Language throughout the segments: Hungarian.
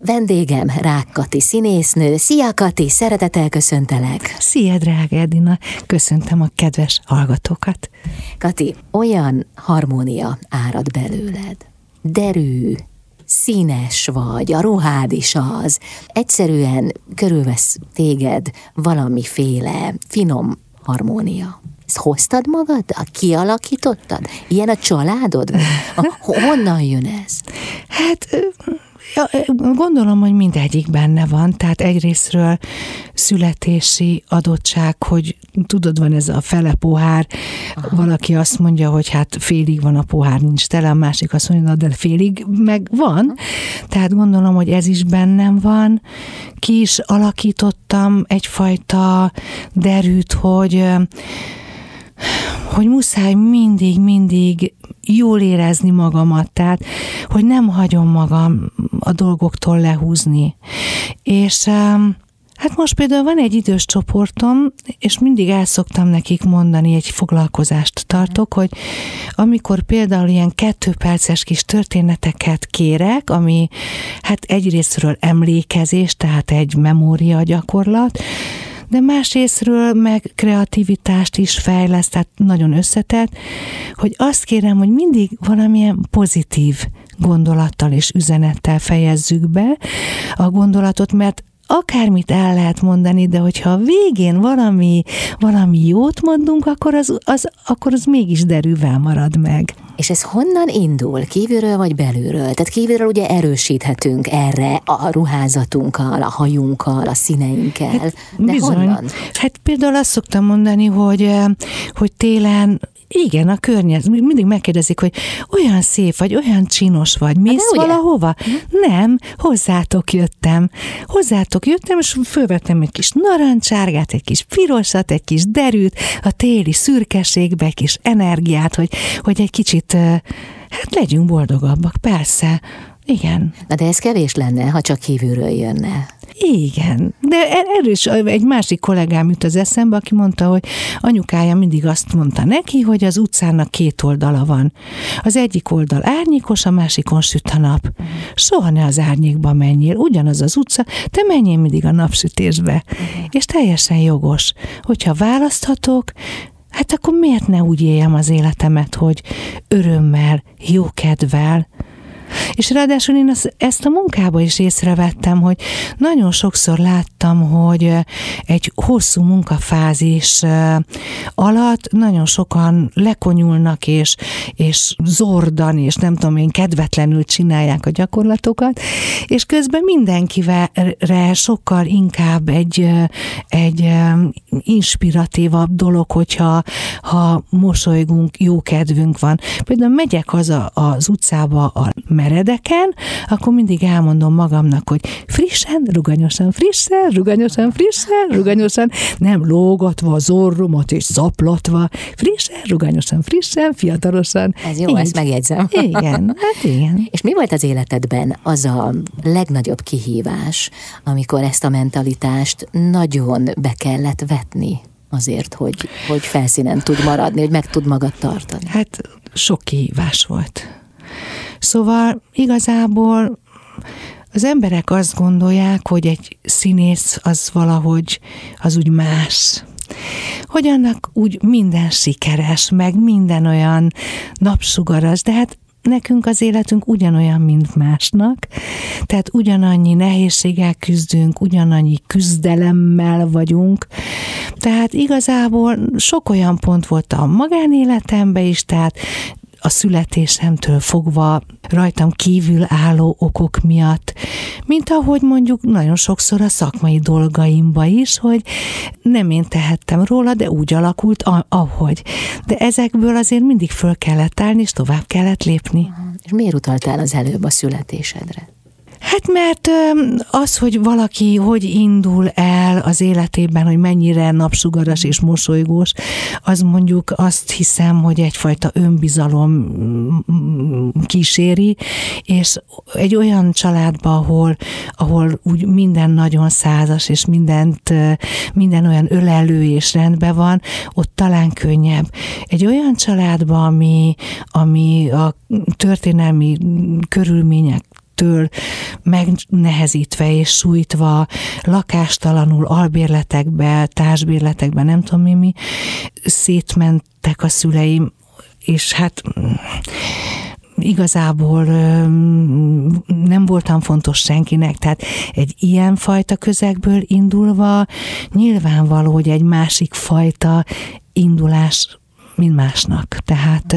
Vendégem Rák Kati színésznő. Szia Kati, szeretettel köszöntelek. Szia drága Edina, köszöntöm a kedves hallgatókat. Kati, olyan harmónia árad belőled. Derű, színes vagy, a ruhád is az. Egyszerűen körülvesz téged valamiféle finom harmónia. Ezt hoztad magaddal? Kialakítottad? Ilyen a családod? Honnan jön ez? Hát gondolom, hogy mindegyik benne van, tehát egyrészről születési adottság, hogy tudod, van ez a fele pohár, valaki azt mondja, hogy hát félig van a pohár, nincs tele, a másik azt mondja, de félig meg van, tehát gondolom, hogy ez is bennem van. Ki is alakítottam egyfajta derűt, hogy muszáj mindig jól érezni magamat, tehát, hogy nem hagyom magam a dolgoktól lehúzni. És hát most például van egy idős csoportom, és mindig el szoktam nekik mondani, egy foglalkozást tartok, hogy amikor például ilyen 2 perces kis történeteket kérek, ami hát egyrésztről emlékezés, tehát egy memória gyakorlat, de másrésztről meg kreativitást is fejleszt, tehát nagyon összetett, hogy azt kérem, hogy mindig valamilyen pozitív gondolattal és üzenettel fejezzük be a gondolatot, mert akármit el lehet mondani, de hogyha a végén valami jót mondunk, akkor az mégis derűvel marad meg. És ez honnan indul? Kívülről vagy belülről? Tehát kívülről ugye erősíthetünk erre a ruházatunkkal, a hajunkkal, a színeinkkel. Hát, de bizony. Honnan? Hát például azt szoktam mondani, hogy télen igen, a környezet. Mindig megkérdezik, hogy olyan szép vagy, olyan csinos vagy, mész valahova? Nem, hozzátok jöttem, és fölvettem egy kis narancsárgát, egy kis pirosat, egy kis derűt, a téli szürkeségbe, egy kis energiát, hogy egy kicsit, hát legyünk boldogabbak, persze. Igen. Na de ez kevés lenne, ha csak kívülről jönne. Igen, de erről is egy másik kollégám jut az eszembe, aki mondta, hogy anyukája mindig azt mondta neki, hogy az utcának 2 oldala van. Az egyik oldal árnyékos, a másikon süt a nap. Soha ne az árnyékba menjél, ugyanaz az utca, te menjél mindig a napsütésbe. És teljesen jogos, hogyha választhatok, hát akkor miért ne úgy éljem az életemet, hogy örömmel, jókedvel. És ráadásul én ezt a munkába is észrevettem, hogy nagyon sokszor láttam, hogy egy hosszú munkafázis alatt nagyon sokan lekonyulnak, és zordan, és nem tudom én, kedvetlenül csinálják a gyakorlatokat, és közben mindenkivel sokkal inkább egy inspiratívabb dolog, hogyha mosolygunk, jó kedvünk van. Például megyek az utcába a meredeken, akkor mindig elmondom magamnak, hogy frissen, ruganyosan, nem lógatva az orromat és szaplatva, frissen, fiatalosan. Ez jó, ezt megjegyzem. Igen, hát igen. És mi volt az életedben az a legnagyobb kihívás, amikor ezt a mentalitást nagyon be kellett vetni azért, hogy felszínen tud maradni, hogy meg tud magad tartani? Hát sok kihívás volt. Szóval igazából az emberek azt gondolják, hogy egy színész az valahogy az úgy más. Hogy annak úgy minden sikeres, meg minden olyan napsugaras, de hát nekünk az életünk ugyanolyan, mint másnak, tehát ugyanannyi nehézséggel küzdünk, ugyanannyi küzdelemmel vagyunk, tehát igazából sok olyan pont volt a magánéletemben is, tehát a születésemtől fogva rajtam kívül álló okok miatt, mint ahogy mondjuk nagyon sokszor a szakmai dolgaimba is, hogy nem én tehettem róla, de úgy alakult, ahogy. De ezekből azért mindig föl kellett állni, és tovább kellett lépni. És miért utaltál az előbb a születésedre? Hát mert az, hogy valaki hogy indul el az életében, hogy mennyire napsugaras és mosolygós, az mondjuk azt hiszem, hogy egyfajta önbizalom kíséri, és egy olyan családba, ahol úgy minden nagyon százas, és minden olyan ölelő és rendben van, ott talán könnyebb. Egy olyan családba, ami a történelmi körülmények től megnehezítve és sújtva, lakástalanul, albérletekbe, társbérletekbe, nem tudom mi, szétmentek a szüleim, és hát igazából nem voltam fontos senkinek, tehát egy ilyen fajta közegből indulva nyilvánvaló, hogy egy másik fajta indulás, mint másnak. Tehát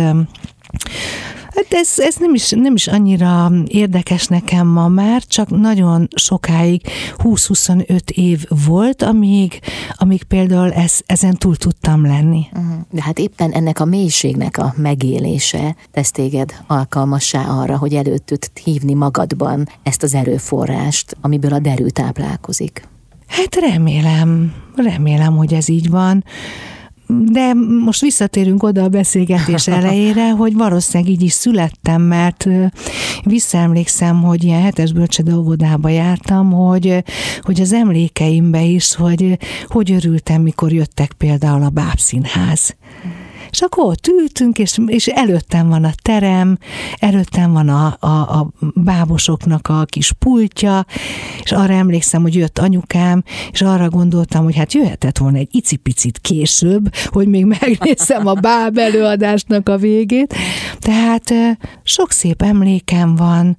ez nem is annyira érdekes nekem ma már, csak nagyon sokáig, 20-25 év volt, amíg például ezen túl tudtam lenni. De hát éppen ennek a mélységnek a megélése tesz téged alkalmassá arra, hogy elő tud hívni magadban ezt az erőforrást, amiből a derű táplálkozik. Hát remélem, hogy ez így van. De most visszatérünk oda a beszélgetés elejére, hogy valószínűleg így is születtem, mert visszaemlékszem, hogy ilyen 7-es bölcsőde óvodába jártam, hogy az emlékeimbe is, hogy örültem, mikor jöttek például a bábszínház. És akkor ott ültünk, és előttem van a terem, előttem van a bábosoknak a kis pultja, és arra emlékszem, hogy jött anyukám, és arra gondoltam, hogy hát jöhetett volna egy icipicit később, hogy még megnézzem a báb előadásnak a végét. Tehát sok szép emlékem van.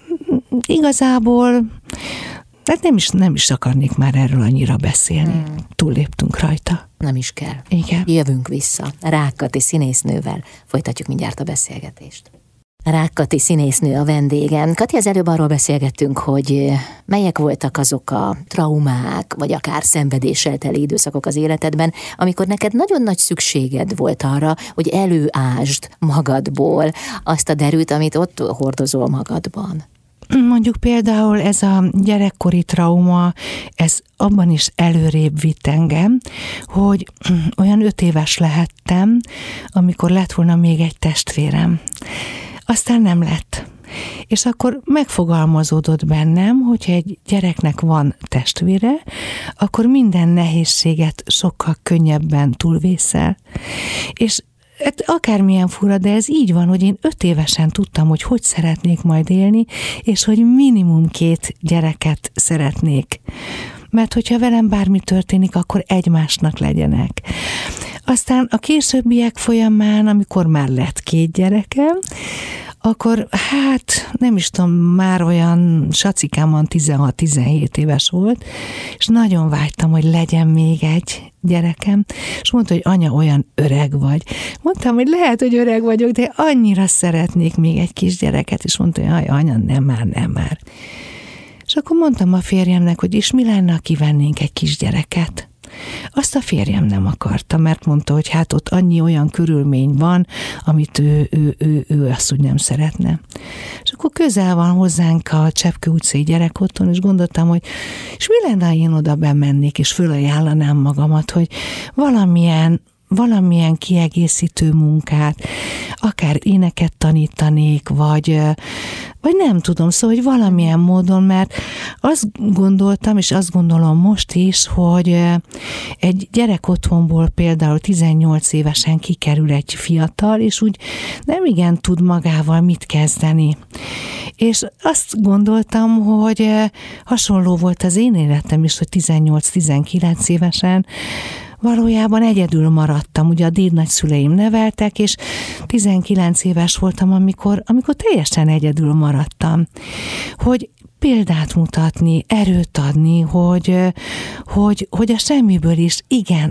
Igazából tehát nem is akarnék már erről annyira beszélni. Túlléptünk rajta. Nem is kell. Igen. Jövünk vissza. Rákkati színésznővel folytatjuk mindjárt a beszélgetést. Rákkati színésznő a vendégem. Kati, az előbb arról beszélgettünk, hogy melyek voltak azok a traumák, vagy akár szenvedéssel teli időszakok az életedben, amikor neked nagyon nagy szükséged volt arra, hogy előásd magadból azt a derűt, amit ott hordozol magadban. Mondjuk például ez a gyerekkori trauma, ez abban is előrébb vitt engem, hogy olyan 5 éves lehettem, amikor lett volna még egy testvérem. Aztán nem lett. És akkor megfogalmazódott bennem, hogyha egy gyereknek van testvére, akkor minden nehézséget sokkal könnyebben túlvészel. És hát akármilyen fura, de ez így van, hogy én 5 évesen tudtam, hogy szeretnék majd élni, és hogy minimum 2 gyereket szeretnék. Mert hogyha velem bármi történik, akkor egymásnak legyenek. Aztán a későbbiek folyamán, amikor már lett 2 gyerekem, akkor hát nem is tudom, már olyan sacikámon 16-17 éves volt, és nagyon vágytam, hogy legyen még egy gyerekem, és mondta, hogy anya, olyan öreg vagy. Mondtam, hogy lehet, hogy öreg vagyok, de annyira szeretnék még egy kisgyereket, és mondta, hogy anya, nem már. És akkor mondtam a férjemnek, hogy és mi lenne, ha kivennénk egy kisgyereket. Azt a férjem nem akarta, mert mondta, hogy hát ott annyi olyan körülmény van, amit ő azt úgy nem szeretne. És akkor közel van hozzánk a Csepkő utcai gyerekotthon, és gondoltam, hogy és mi lenne, ha én oda bemennék, és fölajánlanám magamat, hogy valamilyen kiegészítő munkát, akár éneket tanítanék, vagy nem tudom, szóval, hogy valamilyen módon, mert azt gondoltam, és azt gondolom most is, hogy egy gyerek otthonból például 18 évesen kikerül egy fiatal, és úgy nem igen tud magával mit kezdeni. És azt gondoltam, hogy hasonló volt az én életem is, hogy 18-19 évesen valójában egyedül maradtam. Ugye a dédnagyszüleim neveltek, és 19 éves voltam, amikor teljesen egyedül maradtam. Hogy példát mutatni, erőt adni, hogy a semmiből is igen,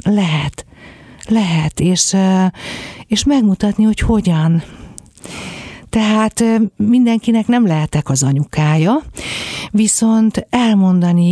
lehet, és megmutatni, hogy hogyan. Tehát mindenkinek nem lehetek az anyukája, viszont elmondani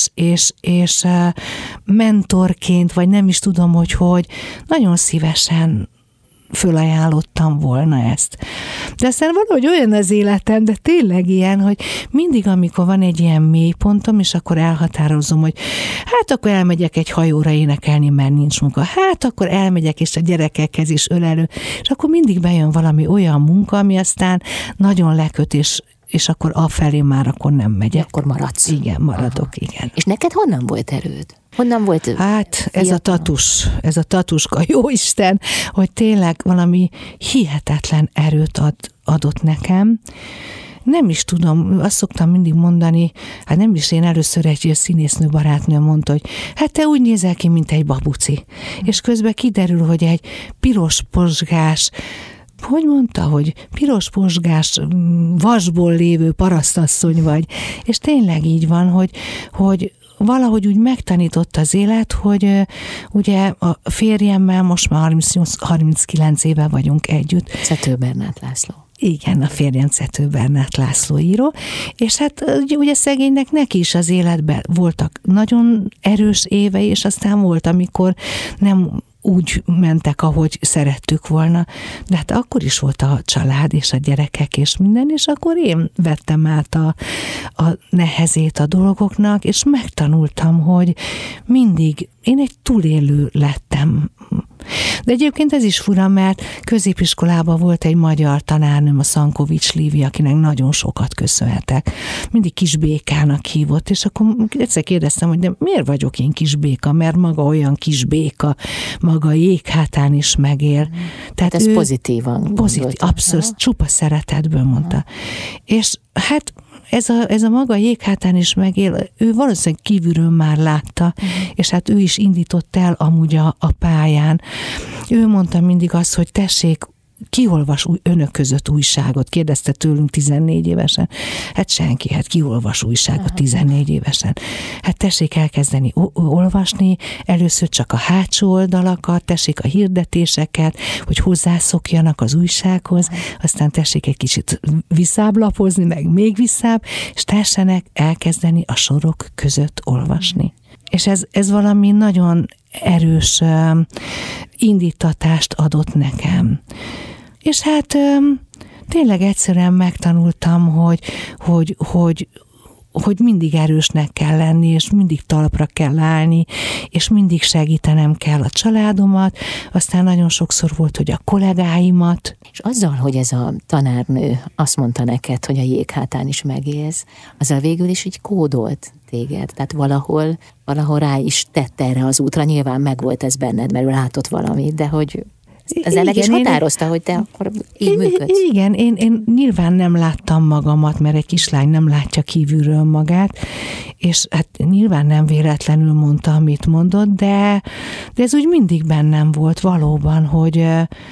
és mentorként, vagy nem is tudom, hogy nagyon szívesen fölajánlottam volna ezt. De aztán valahogy olyan az életem, de tényleg ilyen, hogy mindig, amikor van egy ilyen mélypontom, és akkor elhatározom, hogy hát akkor elmegyek egy hajóra énekelni, mert nincs munka. Hát akkor elmegyek, és a gyerekekhez is ölelő. És akkor mindig bejön valami olyan munka, ami aztán nagyon leköt, és akkor afelé már akkor nem megyek. Akkor maradsz. Igen, maradok, igen. És neked honnan volt erőd? Honnan volt? Hát ez a tatuska, jóisten, hogy tényleg valami hihetetlen erőt adott nekem. nem is tudom, azt szoktam mindig mondani, hát nem is én, először egy színésznő barátnőm mondta, hogy hát te úgy nézel ki, mint egy babuci. És közben kiderül, hogy egy piros pozsgás, hogy mondta, hogy piros pozsgás vasból lévő parasztasszony vagy. És tényleg így van, hogy valahogy úgy megtanított az élet, hogy ugye a férjemmel most már 39 éve vagyunk együtt. Czető Bernát László. Igen, a férjem Czető Bernát László író, és hát ugye szegénynek neki is az életben voltak nagyon erős évei, és aztán volt, amikor nem úgy mentek, ahogy szerettük volna, de hát akkor is volt a család és a gyerekek és minden, és akkor én vettem át a nehezét a dolgoknak, és megtanultam, hogy mindig én egy túlélő lettem. De egyébként ez is fura, mert középiskolában volt egy magyar tanárnőm, a Szankovics Lívia, akinek nagyon sokat köszönhetek. Mindig Kisbékának hívott, és akkor egyszer kérdeztem, hogy de miért vagyok én Kisbéka, mert maga olyan Kisbéka, maga jéghátán is megél. Tehát ez pozitívan. Abszolút, csupa szeretetből mondta. És hát ez a maga jéghátán is megél, ő valószínűleg kívülről már látta, és hát ő is indított el amúgy a pályán. Ő mondta mindig azt, hogy tessék, ki olvas önök között újságot? Kérdezte tőlünk 14 évesen. Hát senki, hát ki olvas újságot 14 évesen? Hát tessék elkezdeni olvasni, először csak a hátsó oldalakat, tessék a hirdetéseket, hogy hozzászokjanak az újsághoz, aztán tessék egy kicsit visszább lapozni, meg még visszább, és tessenek elkezdeni a sorok között olvasni. És ez valami nagyon erős indítatást adott nekem. És hát tényleg egyszerűen megtanultam, hogy mindig erősnek kell lenni, és mindig talpra kell állni, és mindig segítenem kell a családomat, aztán nagyon sokszor volt, hogy a kollégáimat. És azzal, hogy ez a tanárnő azt mondta neked, hogy a jéghátán is megélsz, azzal végül is így kódolt téged. Tehát valahol rá is tett erre az útra, nyilván megvolt ez benned, mert ő látott valamit, de hogy ezzel meg is határozta, hogy te akkor így működsz. Igen, én nyilván nem láttam magamat, mert egy kislány nem látja kívülről magát, és hát nyilván nem véletlenül mondta, amit mondott, de ez úgy mindig bennem volt valóban, hogy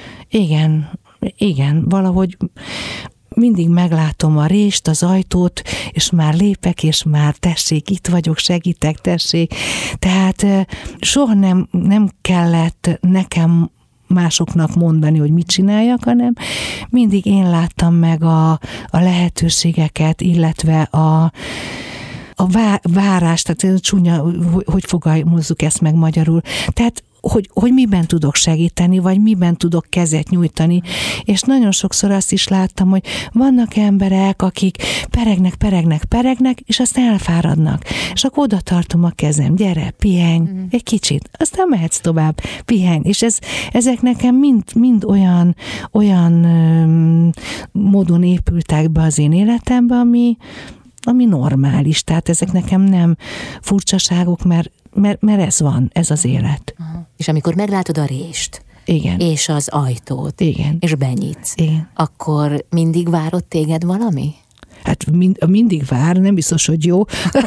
igen, valahogy mindig meglátom a rést, az ajtót, és már lépek, és már tessék, itt vagyok, segítek, tessék. Tehát soha nem kellett nekem másoknak mondani, hogy mit csináljak, hanem mindig én láttam meg a lehetőségeket, illetve a várást, tehát csúnya, hogy fogalmazzuk ezt meg magyarul. Tehát hogy miben tudok segíteni, vagy miben tudok kezet nyújtani. És nagyon sokszor azt is láttam, hogy vannak emberek, akik peregnek, és aztán elfáradnak. És akkor oda tartom a kezem, gyere, pihenj, egy kicsit, aztán mehetsz tovább, pihenj. És ezek nekem mind olyan módon épültek be az én életembe, ami normális. Tehát ezek nekem nem furcsaságok, mert ez van, ez az élet. És amikor meglátod a rést, igen, és az ajtót, igen, és benyitsz, igen, akkor mindig várod téged valami? Hát mindig vár, nem biztos, hogy jó.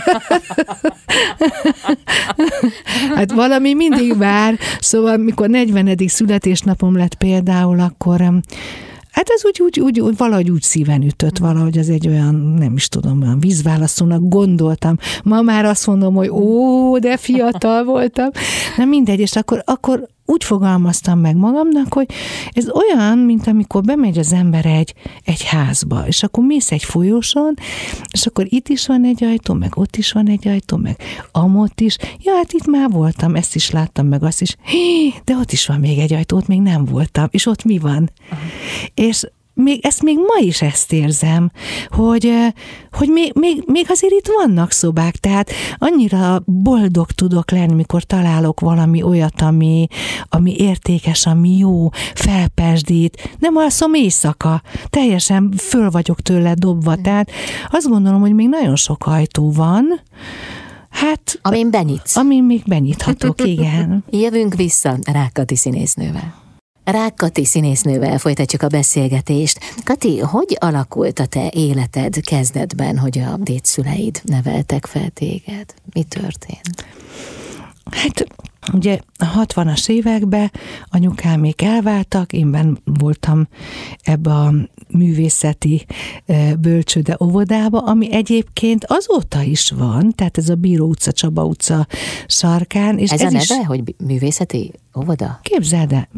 Hát valami mindig vár. Szóval, mikor 40. születésnapom lett például, akkor hát ez úgy valahogy úgy szíven ütött, valahogy ez egy olyan, nem is tudom, olyan vízválasztónak gondoltam. Ma már azt mondom, hogy de fiatal voltam. Na mindegy, és akkor úgy fogalmaztam meg magamnak, hogy ez olyan, mint amikor bemegy az ember egy házba, és akkor mész egy folyosón, és akkor itt is van egy ajtó, meg ott is van egy ajtó, meg amott is. Ja, hát itt már voltam, ezt is láttam, meg azt is. De ott is van még egy ajtó, ott még nem voltam, és ott mi van? És még ma is ezt érzem, hogy még azért itt vannak szobák, tehát annyira boldog tudok lenni, mikor találok valami olyat, ami értékes, ami jó, felpesdít. Nem alszom éjszaka, teljesen föl vagyok tőle dobva, tehát azt gondolom, hogy még nagyon sok ajtó van, hát... Amin benyitsz. Amin még benyithatok, igen. Jövünk vissza Rákóczi színésznővel. Rák Kati színésznővel folytatjuk a beszélgetést. Kati, hogy alakult a te életed kezdetben, hogy a dédszüleid neveltek fel téged? Mi történt? Hát ugye a 60-as években anyukámék elváltak, én benn voltam ebbe a művészeti bölcsőde óvodába, ami egyébként azóta is van, tehát ez a Bíró utca, Csaba utca sarkán. És ez a neve, hogy művészeti óvoda? Képzeld el,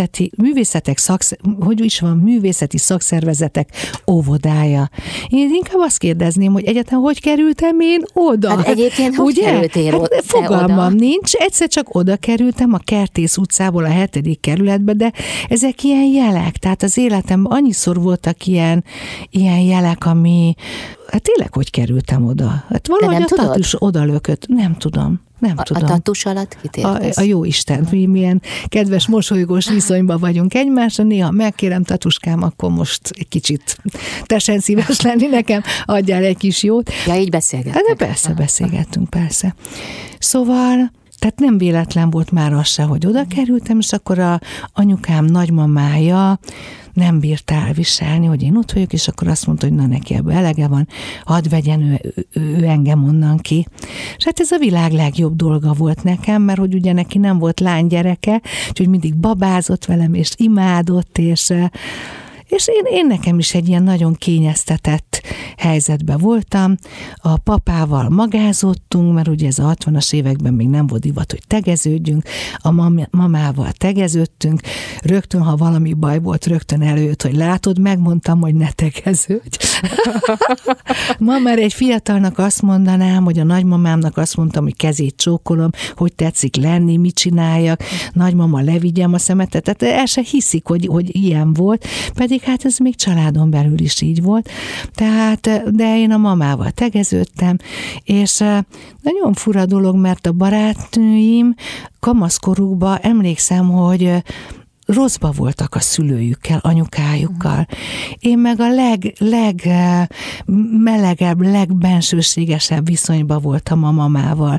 művészeti szakszervezetek óvodája. Én inkább azt kérdezném, hogy egyáltalán hogy kerültem én oda? Hát egyébként hogy kerültél oda? Fogalmam nincs, egyszer csak oda kerültem a Kertész utcából a 7. kerületbe, de ezek ilyen jelek, tehát az életemben annyiszor voltak ilyen jelek, ami, hát tényleg hogy kerültem oda? Hát valahogy a tatus odalökött, nem tudom. A tatus alatt kit értesz? A jóisten, mi milyen kedves, mosolygós viszonyban vagyunk egymásra, néha megkérem, tatuskám, akkor most egy kicsit tesen szíves lenni nekem, adjál egy kis jót. Ja, így beszélgettünk. Hát de persze, beszélgettünk, persze. Szóval, tehát nem véletlen volt már az se, hogy oda kerültem, és akkor a anyukám nagymamája nem bírta elviselni, hogy én ott vagyok, és akkor azt mondta, hogy na neki ebből elege van, hadd vegyen ő engem onnan ki. És hát ez a világ legjobb dolga volt nekem, mert hogy ugye neki nem volt lánygyereke, úgyhogy mindig babázott velem, és imádott, és én nekem is egy ilyen nagyon kényeztetett helyzetben voltam. A papával magázottunk, mert ugye ez a 60-as években még nem volt divat, hogy tegeződjünk. A mamával tegeződtünk. Rögtön, ha valami baj volt, rögtön előjött, hogy látod, megmondtam, hogy ne tegeződj. Ma már egy fiatalnak azt mondanám, hogy a nagymamámnak azt mondtam, hogy kezét csókolom, hogy tetszik lenni, mit csináljak, nagymama levigyem a szemetet. Tehát el se hiszik, hogy ilyen volt, pedig hát ez még családon belül is így volt. Tehát, de én a mamával tegeződtem, és nagyon fura dolog, mert a barátnőim kamaszkorukban emlékszem, hogy rosszba voltak a szülőjükkel, anyukájukkal. Én meg a legmelegebb, legbensőségesebb viszonyban voltam a mamával.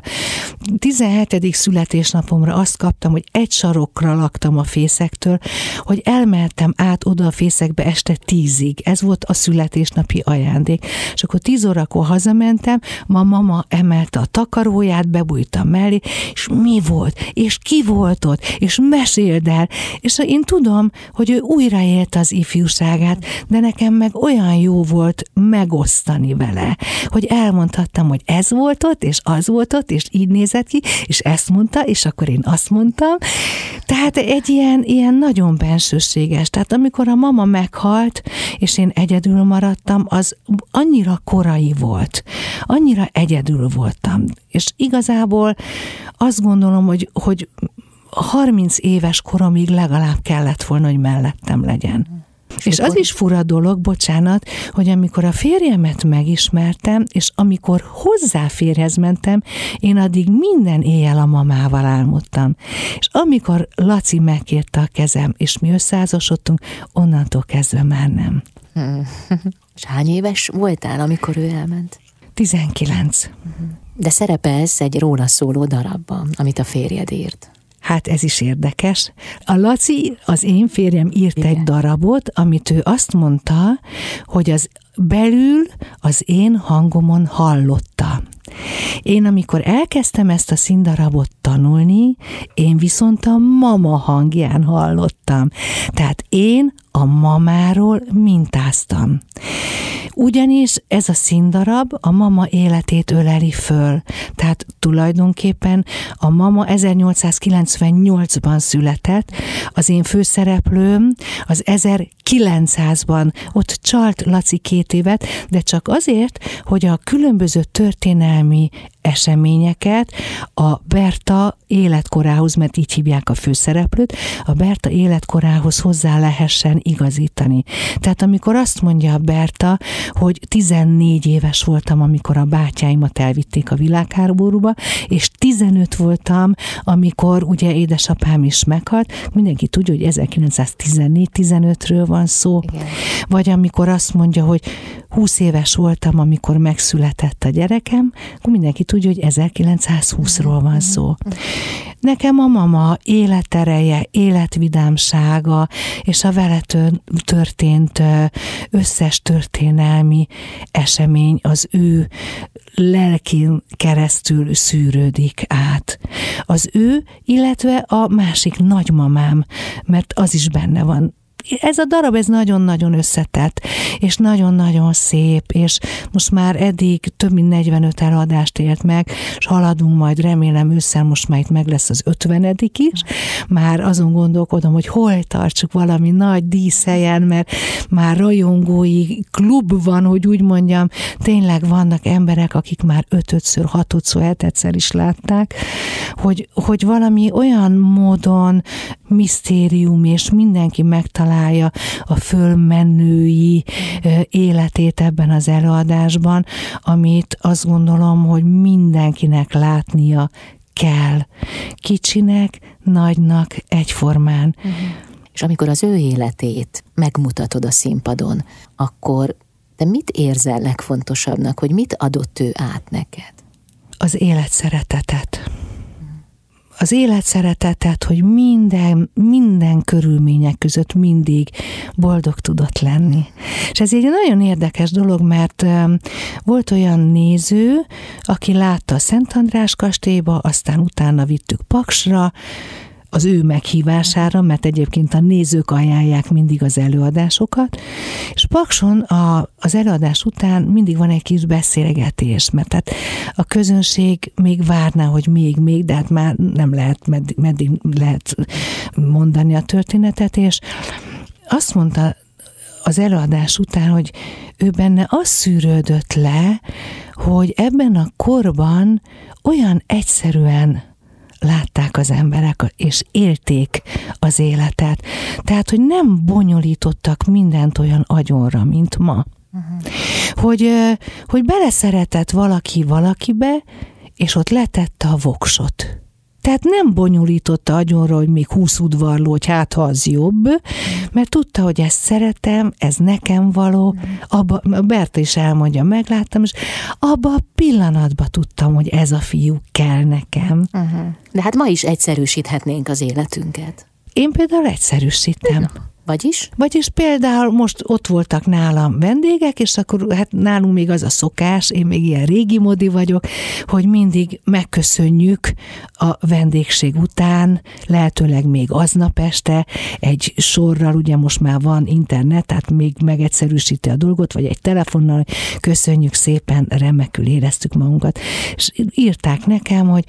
17. születésnapomra azt kaptam, hogy egy sarokra laktam a fészektől, hogy elmentem át oda a fészekbe este 10-ig. Ez volt a születésnapi ajándék. És akkor 10 órakor hazamentem, mama emelte a takaróját, bebújtam mellé, és mi volt? És ki volt ott? És meséld el. És én tudom, hogy ő újraélte az ifjúságát, de nekem meg olyan jó volt megosztani vele, hogy elmondhattam, hogy ez volt ott, és az volt ott, és így nézett ki, és ezt mondta, és akkor én azt mondtam. Tehát egy ilyen nagyon bensőséges. Tehát amikor a mama meghalt, és én egyedül maradtam, az annyira korai volt. Annyira egyedül voltam. És igazából azt gondolom, hogy 30 éves koromig legalább kellett volna, hogy mellettem legyen. És az is fura dolog, bocsánat, hogy amikor a férjemet megismertem, és amikor hozzá férjhez mentem, én addig minden éjjel a mamával álmodtam. És amikor Laci megkérte a kezem, és mi összeházasodtunk, onnantól kezdve már nem. És hány éves voltál, amikor ő elment? 19. De szerepelsz egy róla szóló darabban, amit a férjed írt. Hát ez is érdekes. A Laci, az én férjem írt egy darabot, amit ő azt mondta, hogy az belül az én hangomon hallotta. Én amikor elkezdtem ezt a színdarabot tanulni, én viszont a mama hangján hallottam. Tehát én a mamáról mintáztam. Ugyanis ez a színdarab a mama életét öleli föl. Tehát tulajdonképpen a mama 1898-ban született, az én főszereplőm az 1900-ban, ott csalt Laci 2 évet, de csak azért, hogy a különböző történelmi eseményeket a Berta életkorához, mert így hívják a főszereplőt, a Berta életkorához hozzá lehessen igazítani. Tehát amikor azt mondja a Berta, hogy 14 éves voltam, amikor a bátyáimat elvitték a világháborúba, és 15 voltam, amikor ugye édesapám is meghalt, mindenki tudja, hogy 1914-15-ről van szó. Igen. Vagy amikor azt mondja, hogy 20 éves voltam, amikor megszületett a gyerekem, akkor mindenki tudja, tudja, hogy 1920-ról van szó. Nekem a mama életereje, életvidámsága és a vele történt összes történelmi esemény az ő lelkén keresztül szűrődik át. Az ő, illetve a másik nagymamám, mert az is benne van. Ez a darab, ez nagyon-nagyon összetett, és nagyon-nagyon szép, és most már eddig több mint 45 eladást élt meg, és haladunk majd, remélem ősszel most már itt meg lesz az 50. is. Már azon gondolkodom, hogy hol tartsuk valami nagy díszhelyen, mert már rajongói klub van, hogy úgy mondjam, tényleg vannak emberek, akik már 5-ször, 6-szor, 7-szer is látták, hogy valami olyan módon misztérium, és mindenki megtalálja a fölmenői életét ebben az előadásban, amit azt gondolom, hogy mindenkinek látnia kell. Kicsinek, nagynak egyformán. És amikor az ő életét megmutatod a színpadon, akkor te mit érzel legfontosabbnak, hogy mit adott ő át neked? Az életszeretetet. Az életszeretetet, hogy minden körülmények között mindig boldog tudott lenni. És ez egy nagyon érdekes dolog, mert volt olyan néző, aki látta a Szent András kastélyba, aztán utána vittük Paksra, az ő meghívására, mert egyébként a nézők ajánlják mindig az előadásokat, és Pakson az előadás után mindig van egy kis beszélgetés, mert hát a közönség még várná, hogy még, de hát már nem lehet, meddig lehet mondani a történetet, és azt mondta az előadás után, hogy ő benne az szűrődött le, hogy ebben a korban olyan egyszerűen látták az emberek, és élték az életet. Tehát, hogy nem bonyolítottak mindent olyan agyonra, mint ma. Hogy beleszeretett valaki valakibe, és ott letette a voksot. Tehát nem bonyolította agyonra, hogy még 20 udvarló, hogy hát ha az jobb, mert tudta, hogy ezt szeretem, ez nekem való, Berta is elmondja, megláttam, és abba a pillanatban tudtam, hogy ez a fiú kell nekem. De hát ma is egyszerűsíthetnénk az életünket. Én például egyszerűsítem. Vagyis például most ott voltak nálam vendégek, és akkor hát nálunk még az a szokás, én még ilyen régi modi vagyok, hogy mindig megköszönjük a vendégség után, lehetőleg még aznap este, egy sorral, ugye most már van internet, tehát még megegyszerűsíti a dolgot, vagy egy telefonnal, köszönjük szépen, remekül éreztük magunkat. És írták nekem, hogy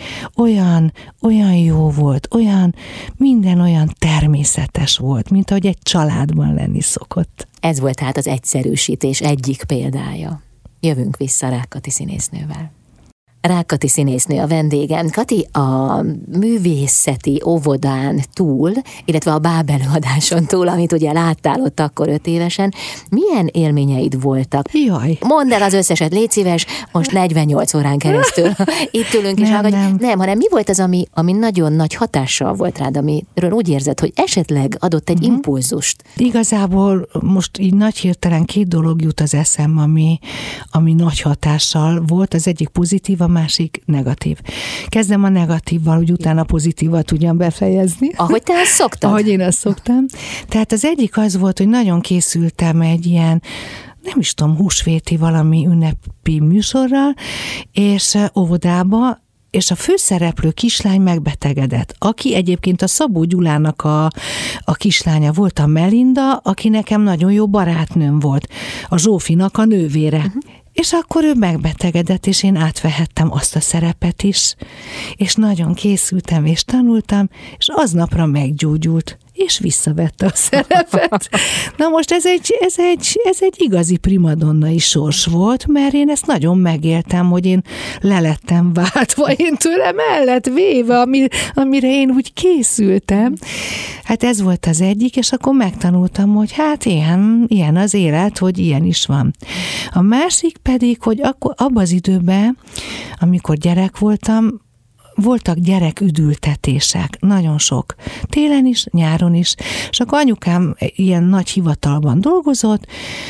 olyan jó volt, minden olyan természetes volt, mint ahogy egy családban lenni szokott. Ez volt tehát az egyszerűsítés egyik példája. Jövünk vissza Rákkati színésznővel. Rákkati színésznő a vendégem. Kati, a művészeti óvodán túl, illetve a Báb előadáson túl, amit ugye láttál ott akkor 5 évesen, milyen élményeid voltak? Jaj. Mondd el az összeset, légy szíves, most 48 órán keresztül itt ülünk és hallgatjuk. Nem, hanem mi volt az, ami nagyon nagy hatással volt rád, amiről úgy érzed, hogy esetleg adott egy impulzust? Igazából most így nagy hirtelen 2 dolog jut az eszem, ami nagy hatással volt, az egyik pozitív, a másik negatív. Kezdem a negatívval, hogy utána pozitívat tudjam befejezni. Ahogy te azt szoktad. Ahogy én azt szoktam. Tehát az egyik az volt, hogy nagyon készültem egy ilyen, nem is tudom, húsvéti valami ünnepi műsorral, és óvodába, és a főszereplő kislány megbetegedett, aki egyébként a Szabó Gyulának a kislánya volt, a Melinda, aki nekem nagyon jó barátnőm volt, a Zsófinak a nővére. És akkor ő megbetegedett, és én átvehettem azt a szerepet is, és nagyon készültem, és tanultam, és aznapra meggyógyult, és visszavette a szerepet. Na most ez egy igazi primadonnai sors volt, mert én ezt nagyon megéltem, hogy én lelettem váltva, én tőlem el lett véve, amire én úgy készültem. Hát ez volt az egyik, és akkor megtanultam, hogy hát ilyen az élet, hogy ilyen is van. A másik pedig, hogy akkor abban az időben, amikor gyerek voltam, voltak gyereküdültetések, nagyon sok. Télen is, nyáron is. És akkor anyukám ilyen nagy hivatalban dolgozott,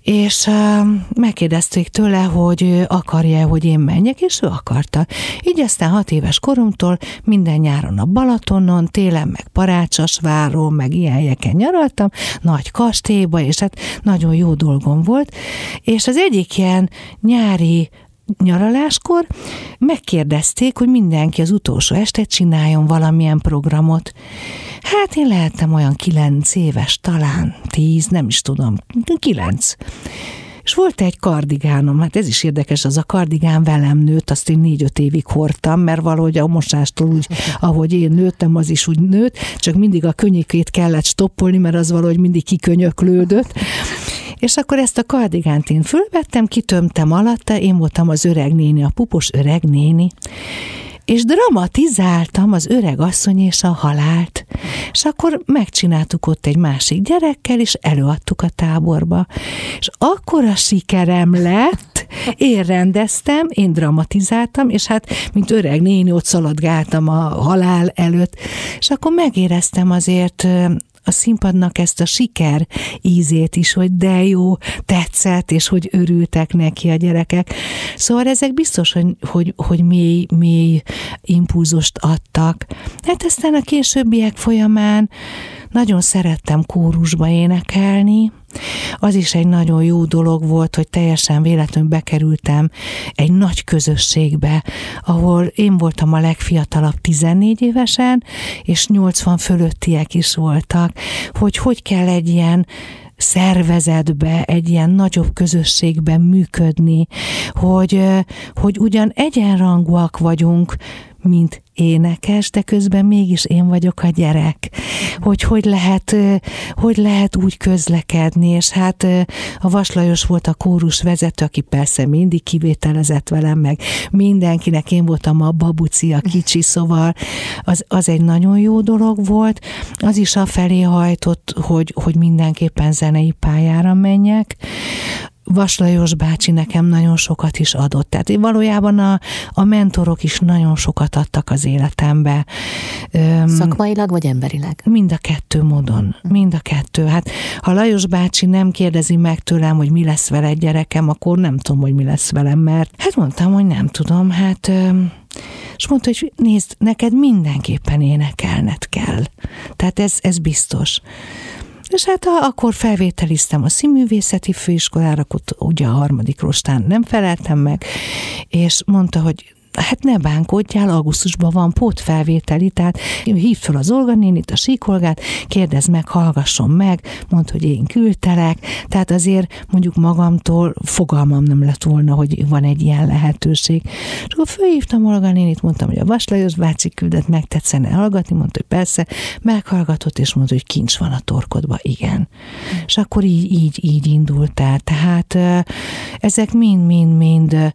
és megkérdezték tőle, hogy akarja, hogy én menjek, és ő akarta. Így aztán 6 éves koromtól minden nyáron a Balatonon, télen meg Parácsasváron, meg ilyen helyeken nyaraltam, nagy kastélyba, és hát nagyon jó dolgom volt, és az egyik ilyen nyári nyaraláskor megkérdezték, hogy mindenki az utolsó este csináljon valamilyen programot. Hát én lehettem olyan 9 éves, talán 10, nem is tudom, 9. És volt egy kardigánom, hát ez is érdekes, az a kardigán velem nőtt, azt én 4-5 évig hordtam, mert valahogy a mosástól úgy, ahogy én nőttem, az is úgy nőtt, csak mindig a könnyikét kellett stoppolni, mert az valahogy mindig kikönyöklődött. És akkor ezt a kardigánt én fölvettem, kitömtem alatta, én voltam az öreg néni, a pupos öreg néni, és dramatizáltam az öreg asszony és a halált. És akkor megcsináltuk ott egy másik gyerekkel, és előadtuk a táborba. És akkora sikerem lett, én rendeztem, én dramatizáltam, és hát, mint öreg néni, ott szaladgáltam a halál előtt, és akkor megéreztem azért a színpadnak ezt a siker ízét is, hogy de jó, tetszett, és hogy örültek neki a gyerekek. Szóval ezek biztos, hogy mély impulzust adtak. Hát aztán a későbbiek folyamán nagyon szerettem kórusba énekelni. Az is egy nagyon jó dolog volt, hogy teljesen véletlenül bekerültem egy nagy közösségbe, ahol én voltam a legfiatalabb 14 évesen, és 80 fölöttiek is voltak, hogy kell egy ilyen szervezetbe, egy ilyen nagyobb közösségben működni, hogy ugyan egyenrangúak vagyunk, mint énekes, de közben mégis én vagyok a gyerek. Hogy lehet úgy közlekedni, és hát a Vas Lajos volt a kórus vezető, aki persze mindig kivételezett velem, meg mindenkinek én voltam a babuci, a kicsi, szóval az egy nagyon jó dolog volt. Az is afelé hajtott, hogy mindenképpen zenei pályára menjek. Vas Lajos bácsi nekem nagyon sokat is adott. Tehát valójában a mentorok is nagyon sokat adtak az életembe. Szakmailag vagy emberileg? Mind a kettő módon. Mind a kettő. Hát ha Lajos bácsi nem kérdezi meg tőlem, hogy mi lesz vele egy gyerekem, akkor nem tudom, hogy mi lesz velem, mert hát mondtam, hogy nem tudom, és mondta, hogy nézd, neked mindenképpen énekelned kell. Tehát ez biztos. És hát akkor felvételiztem a színművészeti főiskolára, ott ugye a 3. rostán nem feleltem meg, és mondta, hogy hát ne bánkodjál, augusztusban van pótfelvételi, tehát hívd fel az Olga nénit, a Síkolgát, kérdezd meg, hallgasson meg, mondd, hogy én küldtelek, tehát azért mondjuk magamtól fogalmam nem lett volna, hogy van egy ilyen lehetőség. És akkor fölhívtam Olga nénit, mondtam, hogy a Vas Lajos bácsi küldött, meg tetszene hallgatni, mondta, hogy persze, meghallgatott, és mondta, hogy kincs van a torkodban, igen. És akkor így indult el. Tehát ezek mind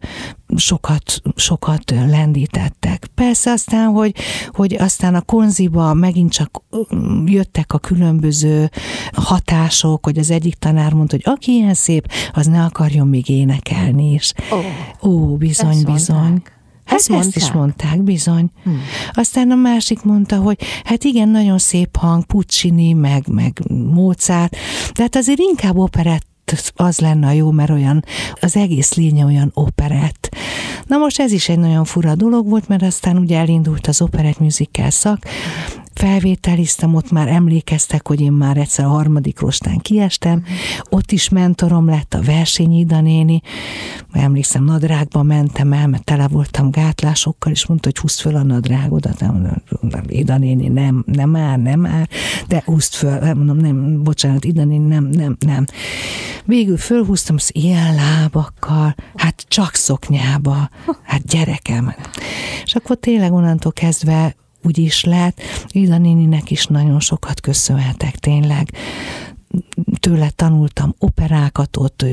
sokat lendítettek. Persze aztán, hogy aztán a konziba megint csak jöttek a különböző hatások, hogy az egyik tanár mondta, hogy aki ilyen szép, az ne akarjon még énekelni is. Bizony. Hát ezt is mondták, bizony. Aztán a másik mondta, hogy hát igen, nagyon szép hang, Puccini, meg Mozart, de hát azért inkább operett az lenne a jó, mert olyan, az egész lénye olyan operett. Na most ez is egy nagyon fura dolog volt, mert aztán ugye elindult az operett musical szak, felvételiztem, ott már emlékeztek, hogy én már egyszer a 3. rostán kiestem, ott is mentorom lett a Versényi Ida néni, emlékszem, nadrágba mentem el, mert tele voltam gátlásokkal, és mondta, hogy húzd föl a nadrágodat, Ida néni, nem áll, de húzd föl, mondom, nem, bocsánat, Ida néni, nem. Végül fölhúztam, az ilyen lábakkal, hát csak szoknyába, hát gyerekem. És akkor tényleg onnantól kezdve úgy is lett. Ida néninek is nagyon sokat köszönhetek, tényleg. Tőle tanultam operákat, ott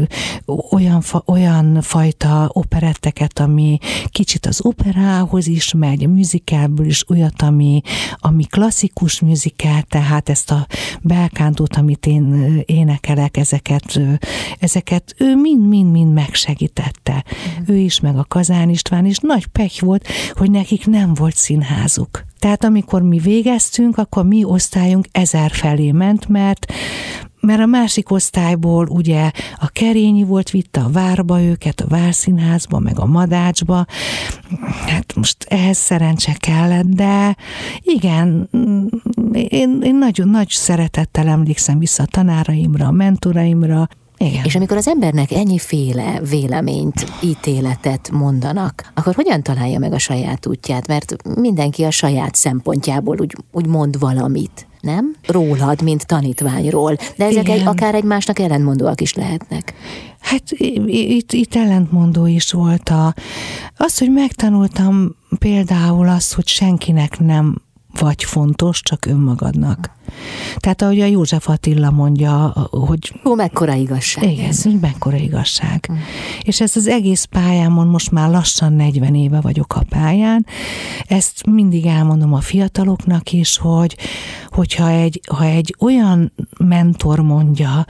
olyan fajta operetteket, ami kicsit az operához is megy, a musicalből is olyat, ami klasszikus musical, tehát ezt a belkántót, amit én énekelek, ezeket ő mind megsegítette. Ő is, meg a Kazán István is. Nagy pech volt, hogy nekik nem volt színházuk. Tehát amikor mi végeztünk, akkor mi osztályunk 1000 felé ment, mert mert a másik osztályból ugye a Kerényi volt, vitte a Várba őket, a Várszínházba, meg a Madácsba. Hát most ehhez szerencse kellett, de igen, én nagyon nagy szeretettel emlékszem vissza a tanáraimra, a mentoraimra. Igen. És amikor az embernek ennyiféle véleményt, ítéletet mondanak, akkor hogyan találja meg a saját útját? Mert mindenki a saját szempontjából úgy mond valamit, nem? Rólad, mint tanítványról. De ezek akár egymásnak ellentmondóak is lehetnek. Hát itt ellentmondó is volt az, hogy megtanultam például azt, hogy senkinek nem vagy fontos, csak önmagadnak. Tehát ahogy a József Attila mondja, hogy... mekkora igazság. Igen, ez mekkora igazság. És ezt az egész pályámon, most már lassan 40 éve vagyok a pályán, ezt mindig elmondom a fiataloknak is, hogyha egy olyan mentor mondja,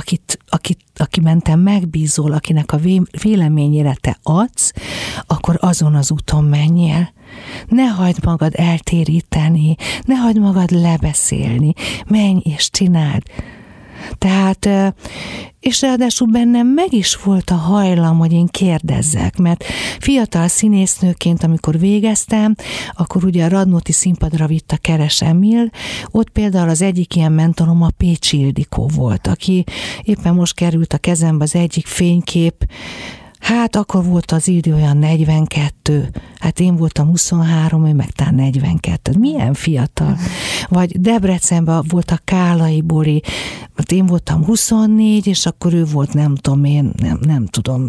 akiben te megbízol, akinek a véleményére te adsz, akkor azon az úton menjél. Ne hagyd magad eltéríteni, ne hagyd magad lebeszélni, menj és csináld. Tehát, és ráadásul bennem meg is volt a hajlam, hogy én kérdezzek, mert fiatal színésznőként, amikor végeztem, akkor ugye a Radnóti Színpadra vitt a Keres Emil, ott például az egyik ilyen mentorom a Pécsi Ildikó volt, aki éppen most került a kezembe az egyik fénykép. Hát akkor volt az Ildi olyan 42, hát én voltam 23, ő meg talán 42. Milyen fiatal. Vagy Debrecenben volt a Kálai Bori, hát én voltam 24, és akkor ő volt nem tudom,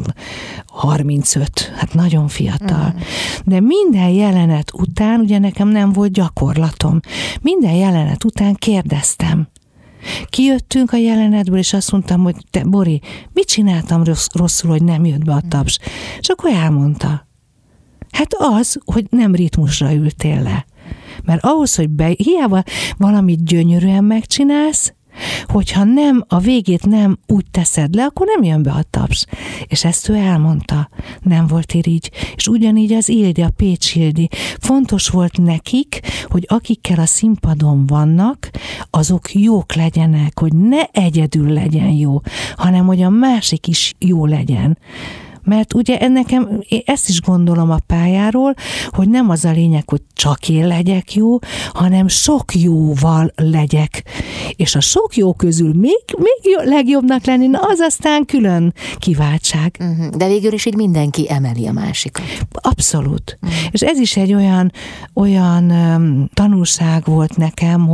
35. Hát nagyon fiatal. De minden jelenet után, ugye nekem nem volt gyakorlatom, minden jelenet után kérdeztem. Kijöttünk a jelenetből, és azt mondtam, hogy te, Bori, mit csináltam rosszul, hogy nem jött be a taps? És akkor elmondta. Hát az, hogy nem ritmusra ültél le. Mert ahhoz, hogy hiába valamit gyönyörűen megcsinálsz, hogyha nem, a végét nem úgy teszed le, akkor nem jön be a taps. És ezt ő elmondta. Nem volt irigy. És ugyanígy az Ildi, a Pécsi Ildi. Fontos volt nekik, hogy akikkel a színpadon vannak, azok jók legyenek, hogy ne egyedül legyen jó, hanem hogy a másik is jó legyen. Mert ugye nekem, ezt is gondolom a pályáról, hogy nem az a lényeg, hogy csak én legyek jó, hanem sok jóval legyek. És a sok jó közül még legjobbnak lenni, na az aztán külön kiváltság. De végül is így mindenki emeli a másikat. Abszolút. És ez is egy olyan tanulság volt nekem,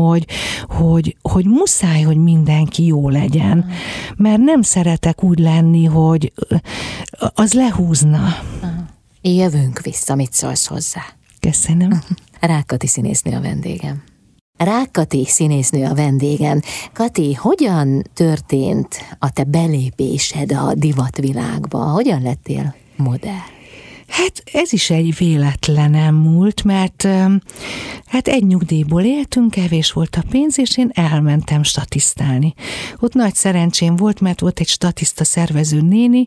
hogy muszáj, hogy mindenki jó legyen. Mert nem szeretek úgy lenni, hogy az lehúzna. Jövünk vissza, mit szólsz hozzá? Köszönöm. Rákati színésznő a vendégem. Rákati színésznő a vendégem. Kati, hogyan történt a te belépésed a divatvilágba? Hogyan lettél modell? Hát ez is egy véletlenem múlt, mert hát egy nyugdíjból éltünk, kevés volt a pénz, és én elmentem statisztálni. Ott nagy szerencsém volt, mert volt egy statiszta szervező néni,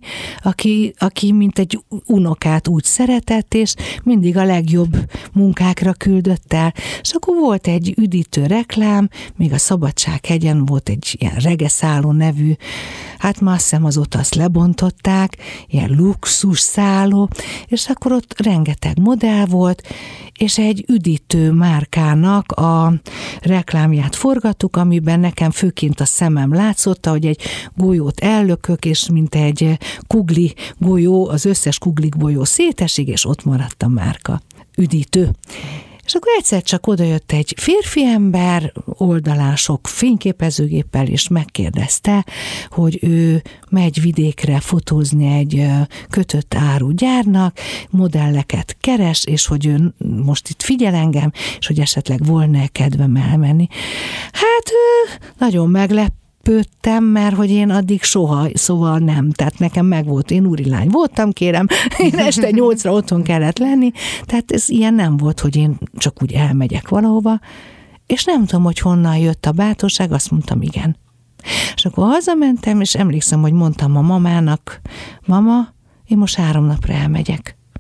aki mint egy unokát úgy szeretett, és mindig a legjobb munkákra küldött el. És akkor volt egy üdítő reklám, még a Szabadsághegyen volt egy ilyen Regeszálló nevű, hát már azt hiszem azóta azt lebontották, ilyen luxus szálló, és akkor ott rengeteg modell volt, és egy üdítő márkának a reklámját forgattuk, amiben nekem főként a szemem látszott, hogy egy golyót ellökök, és mint egy kugli golyó, az összes kugli golyó szétesik, és ott maradt a márka. Üdítő. És akkor egyszer csak odajött egy férfi ember, oldalán sok fényképezőgéppel, és megkérdezte, hogy ő megy vidékre fotózni egy kötött áru gyárnak, modelleket keres, és hogy ő most itt figyel engem, és hogy esetleg volna kedvem elmenni. Hát nagyon meglepődtem, mert hogy én addig soha, szóval nem, tehát nekem megvolt, én úrilány voltam, kérem, én este 8-ra otthon kellett lenni, tehát ez ilyen nem volt, hogy én csak úgy elmegyek valahova, és nem tudom, hogy honnan jött a bátorság, azt mondtam, igen. És akkor hazamentem, és emlékszem, hogy mondtam a mamának, mama, én most 3 napra elmegyek.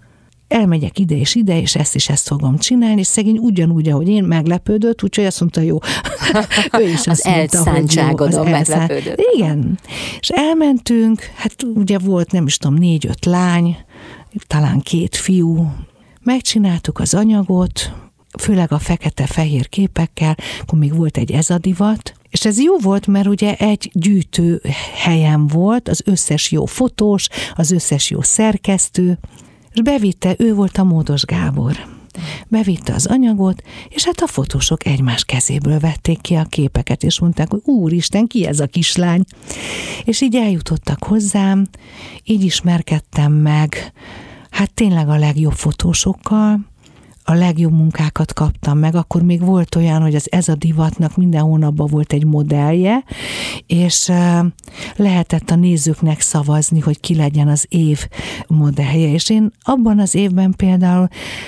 elmegyek ide és ide, és ezt fogom csinálni, és szegény ugyanúgy, ahogy én, meglepődött, úgyhogy azt mondta, jó. Ő is azt mondta, elszántságodon meglepődött. Igen. És elmentünk, hát ugye volt, nem is tudom, 4-5 lány, talán 2 fiú. Megcsináltuk az anyagot, főleg a fekete-fehér képekkel, akkor még volt egy Ez a divat, és ez jó volt, mert ugye egy gyűjtő helyen volt, az összes jó fotós, az összes jó szerkesztő, és bevitte, ő volt a Módos Gábor. Bevitte az anyagot, és hát a fotósok egymás kezéből vették ki a képeket, és mondták, hogy úristen, ki ez a kislány? És így eljutottak hozzám, így ismerkedtem meg, hát tényleg a legjobb fotósokkal, a legjobb munkákat kaptam meg, akkor még volt olyan, hogy az Ez a divatnak minden hónapban volt egy modellje, és lehetett a nézőknek szavazni, hogy ki legyen az év modellje, és én abban az évben például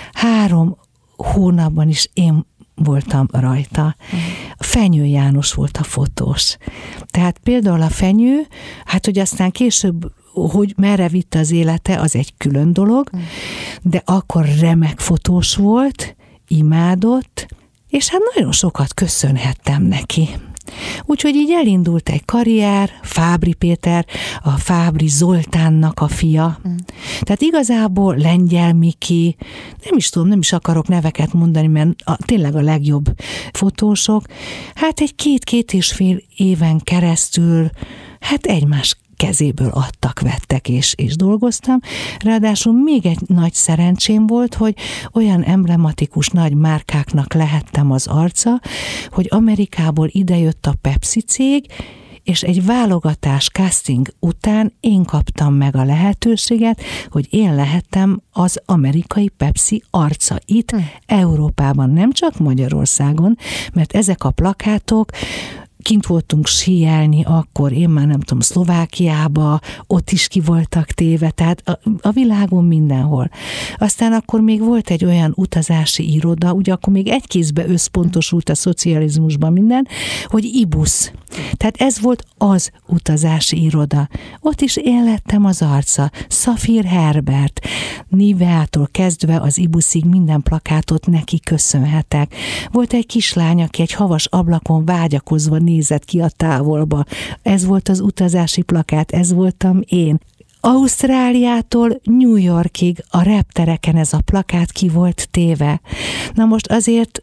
3 hónapban is én voltam rajta. Fenyő János volt a fotós. Tehát például a Fenyő, hát hogy aztán később hogy merre vitte az élete, az egy külön dolog, de akkor remek fotós volt, imádott, és hát nagyon sokat köszönhettem neki. Úgyhogy így elindult egy karrier, Fábri Péter, a Fábri Zoltánnak a fia. Tehát igazából Lengyel Miki, nem is tudom, nem is akarok neveket mondani, mert tényleg a legjobb fotósok. Hát egy 2-2,5 éven keresztül, hát egymás kezéből adtak, vettek és dolgoztam. Ráadásul még egy nagy szerencsém volt, hogy olyan emblematikus nagy márkáknak lehettem az arca, hogy Amerikából idejött a Pepsi cég, és egy válogatás casting után én kaptam meg a lehetőséget, hogy én lehettem az amerikai Pepsi arca itt, Európában, nem csak Magyarországon, mert ezek a plakátok, kint voltunk síelni, akkor én már nem tudom, Szlovákiába, ott is ki voltak téve, tehát a világon mindenhol. Aztán akkor még volt egy olyan utazási iroda, ugye akkor még egy kézbe összpontosult a szocializmusban minden, hogy IBUS. Tehát ez volt az utazási iroda. Ott is én lettem az arca. Szafír Herbert, Niveától kezdve az IBUSig minden plakátot neki köszönhetek. Volt egy kislány, aki egy havas ablakon vágyakozva nézett ki a távolba. Ez volt az utazási plakát, ez voltam én. Ausztráliától New Yorkig a reptereken ez a plakát ki volt téve. Na most azért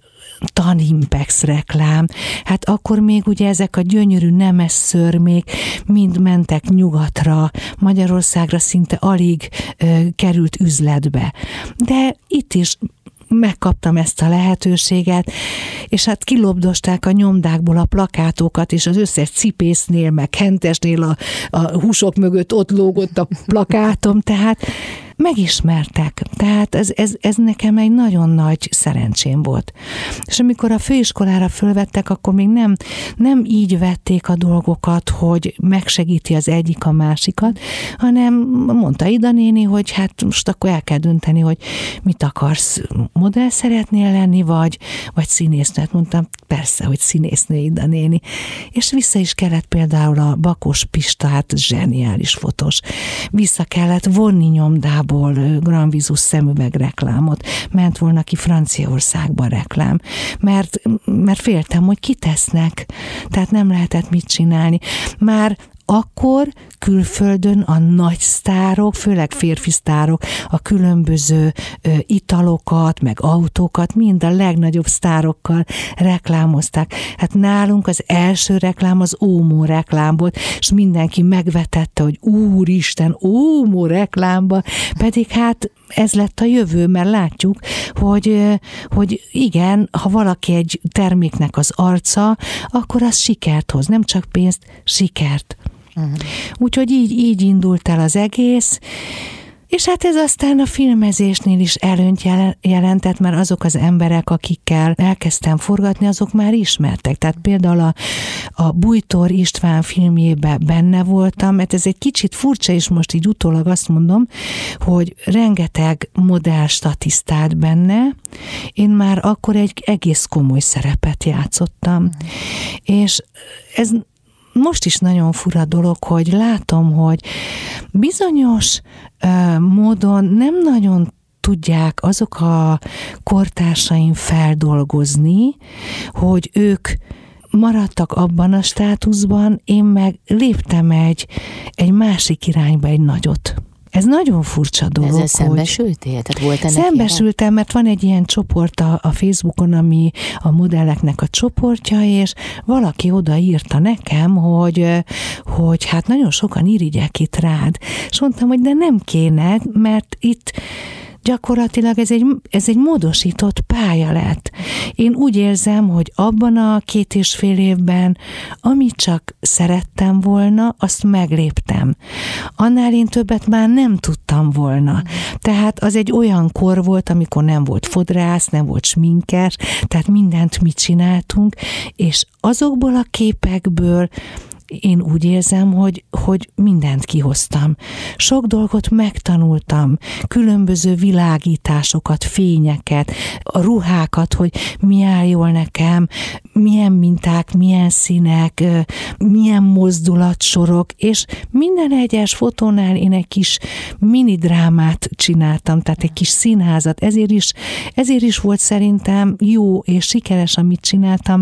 Tanimpex reklám, hát akkor még ugye ezek a gyönyörű nemes szörmék mind mentek nyugatra, Magyarországra szinte alig került üzletbe. De itt is megkaptam ezt a lehetőséget, és hát kilobdosták a nyomdákból a plakátokat, és az összes cipésznél, meg hentesnél a húsok mögött ott lógott a plakátom, tehát megismertek. Tehát ez nekem egy nagyon nagy szerencsém volt. És amikor a főiskolára fölvettek, akkor még nem így vették a dolgokat, hogy megsegíti az egyik a másikat, hanem mondta Ida néni, hogy hát most akkor el kell dönteni, hogy mit akarsz, modell szeretnél lenni, vagy színésznő. Hát mondtam, persze, hogy színésznő, Ida néni. És vissza is kellett például a Bakos Pista, hát zseniális fotós. Vissza kellett vonni nyomdából Grand Visus szemüveg reklámot. Ment volna ki Franciaországba reklám, mert féltem, hogy kitesznek. Tehát nem lehetett mit csinálni. Már akkor külföldön a nagy sztárok, főleg férfi sztárok, a különböző italokat, meg autókat, mind a legnagyobb sztárokkal reklámozták. Hát nálunk az első reklám az Ómó reklám volt, és mindenki megvetette, hogy úristen, Ómó reklámba, pedig hát ez lett a jövő, mert látjuk, hogy igen, ha valaki egy terméknek az arca, akkor az sikert hoz, nem csak pénzt, sikert. Úgyhogy így indult el az egész, és hát ez aztán a filmezésnél is előnyt jelentett, mert azok az emberek, akikkel elkezdtem forgatni, azok már ismertek. Tehát például a Bújtor István filmjében benne voltam, mert ez egy kicsit furcsa, és most így utólag azt mondom, hogy rengeteg modell statisztált benne, én már akkor egy egész komoly szerepet játszottam. És ez most is nagyon fura dolog, hogy látom, hogy bizonyos módon nem nagyon tudják azok a kortársaim feldolgozni, hogy ők maradtak abban a státuszban, én meg léptem egy másik irányba egy nagyot. Ez nagyon furcsa dolog. Ezzel szembesültél? Tehát volt ennek szembesültem, mert van egy ilyen csoport a Facebookon, ami a modelleknek a csoportja, és valaki odaírta nekem, hogy hát nagyon sokan irigyek itt rád. És mondtam, hogy de nem kéne, mert itt gyakorlatilag ez egy módosított pálya lett. Én úgy érzem, hogy abban a 2,5 évben, amit csak szerettem volna, azt megléptem. Annál én többet már nem tudtam volna. Tehát az egy olyan kor volt, amikor nem volt fodrász, nem volt sminkes, tehát mindent mi csináltunk, és azokból a képekből én úgy érzem, hogy mindent kihoztam. Sok dolgot megtanultam, különböző világításokat, fényeket, a ruhákat, hogy mi áll jól nekem, milyen minták, milyen színek, milyen mozdulatsorok, és minden egyes fotónál én egy kis mini drámát csináltam, tehát egy kis színházat. Ezért is volt szerintem jó és sikeres, amit csináltam,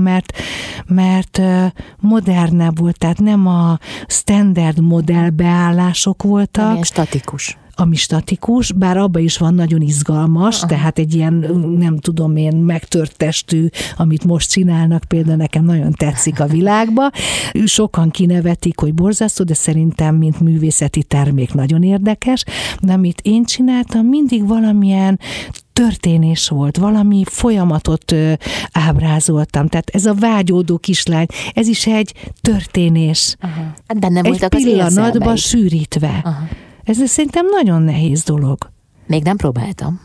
mert modernebb volt, tehát nem a standard modell beállások voltak. Milyen statikus. Ami statikus, bár abban is van nagyon izgalmas, tehát egy ilyen, nem tudom én, megtört testű, amit most csinálnak, például nekem nagyon tetszik a világba. Sokan kinevetik, hogy borzasztó, de szerintem, mint művészeti termék nagyon érdekes, de amit én csináltam, mindig valamilyen történés volt, valami folyamatot ábrázoltam. Tehát ez a vágyódó kislány, ez is egy történés. Aha. Hát benne voltak egy pillanatban sűrítve. Aha. Ez szerintem nagyon nehéz dolog. Még nem próbáltam.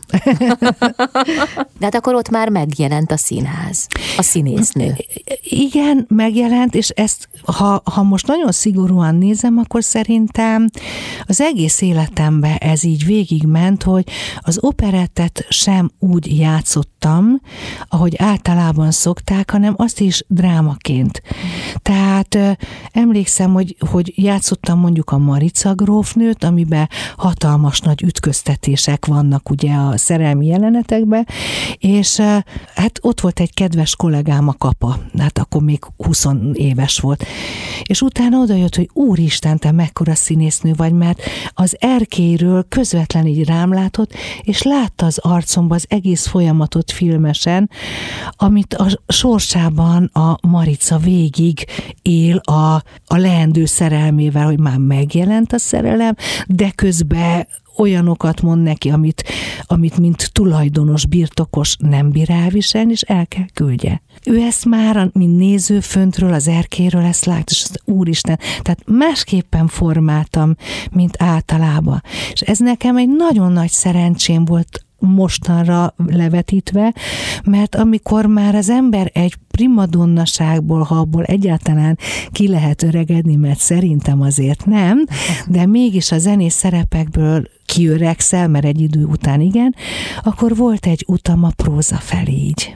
De hát akkor ott már megjelent a színház, a színésznő. Igen, megjelent, és ezt, ha most nagyon szigorúan nézem, akkor szerintem az egész életemben ez így végigment, hogy az operettet sem úgy játszottam, ahogy általában szokták, hanem azt is drámaként. Tehát emlékszem, hogy játszottam mondjuk a Marica grófnőt, amiben hatalmas nagy ütköztetések vannak ugye a szerelmi jelenetekben, és hát ott volt egy kedves kollégám, a Kapa, hát akkor még 20 éves volt, és utána odajött, hogy úristen, te mekkora színésznő vagy, mert az erkélyről közvetlen így rám látott, és látta az arcomba az egész folyamatot filmesen, amit a sorsában a Marica végig él a leendő szerelmével, hogy már megjelent a szerelem, de közben olyanokat mond neki, amit mint tulajdonos, birtokos nem bír elviselni, és el kell küldje. Ő ezt már, mint néző föntről, az erkélyről ezt lát, és azt, úristen, tehát másképpen formáltam, mint általában. És ez nekem egy nagyon nagy szerencsém volt mostanra levetítve, mert amikor már az ember egy primadonnaságból, ha abból egyáltalán ki lehet öregedni, mert szerintem azért nem, de mégis a zenés szerepekből kiöregszel, mert egy idő után igen, akkor volt egy utam a próza felé így.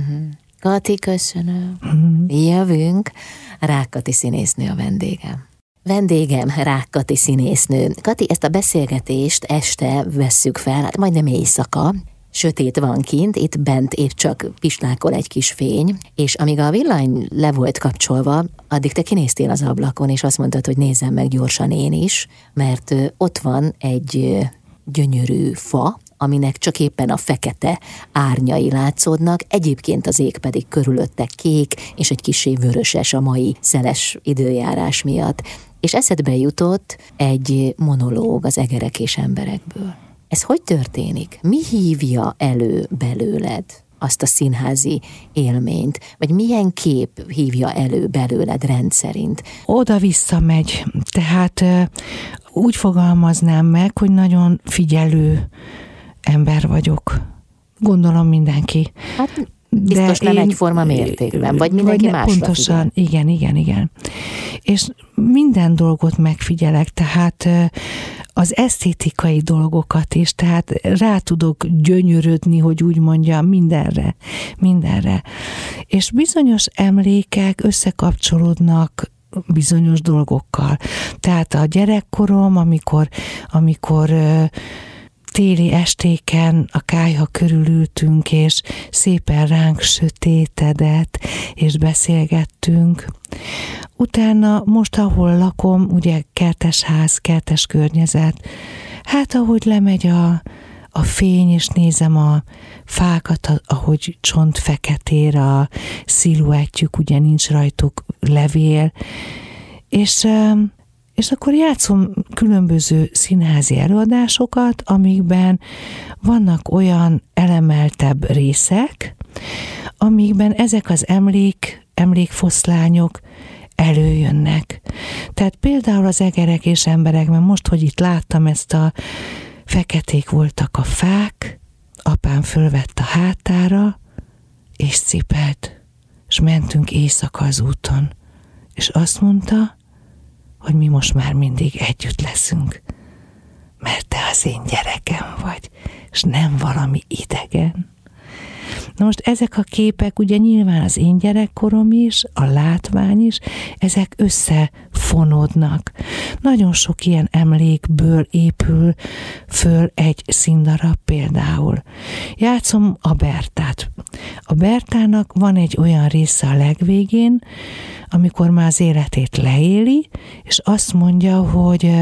Kati, köszönöm. Jövünk. Rákkati színésznő a vendégem. Vendégem Rák Kati színésznő. Kati, ezt a beszélgetést este vesszük fel, hát majdnem éjszaka, sötét van kint, itt bent épp csak pislákol egy kis fény, és amíg a villany le volt kapcsolva, addig te kinéztél az ablakon, és azt mondtad, hogy nézzem meg gyorsan én is, mert ott van egy gyönyörű fa, aminek csak éppen a fekete árnyai látszódnak, egyébként az ég pedig körülötte kék, és egy kissé vöröses a mai szeles időjárás miatt. És eszedbe jutott egy monológ az egerek és emberekből. Ez hogy történik? Mi hívja elő belőled azt a színházi élményt? Vagy milyen kép hívja elő belőled rendszerint? Oda-vissza megy. Tehát úgy fogalmaznám meg, hogy nagyon figyelő ember vagyok. Gondolom mindenki. Hát biztos nem egyforma mértékben, vagy mindenki másra pontosan, figyel. Igen. És minden dolgot megfigyelek, tehát az esztétikai dolgokat is, tehát rá tudok gyönyörödni, hogy úgy mondjam, mindenre. És bizonyos emlékek összekapcsolódnak bizonyos dolgokkal. Tehát a gyerekkorom, amikor téli estéken a kályha körül ültünk, és szépen ránk sötétedett, és beszélgettünk. Utána most, ahol lakom, ugye kertes ház, kertes környezet, hát ahogy lemegy a fény, és nézem a fákat, ahogy csont feketér a sziluettjük, ugye nincs rajtuk levél, és akkor játszom különböző színházi előadásokat, amikben vannak olyan elemeltebb részek, amikben ezek az emlékfoszlányok előjönnek. Tehát például az egerek és emberekben, most, hogy itt láttam ezt a feketék voltak a fák, apám fölvett a hátára, és cipelt, és mentünk éjszaka az úton, és azt mondta, hogy mi most már mindig együtt leszünk, mert te az én gyerekem vagy, és nem valami idegen. Na most ezek a képek, ugye nyilván az én gyerekkorom is, a látvány is, ezek összefonódnak. Nagyon sok ilyen emlékből épül föl egy színdarab például. Játszom a Bertát. A Bertának van egy olyan része a legvégén, amikor már az életét leéli, és azt mondja, hogy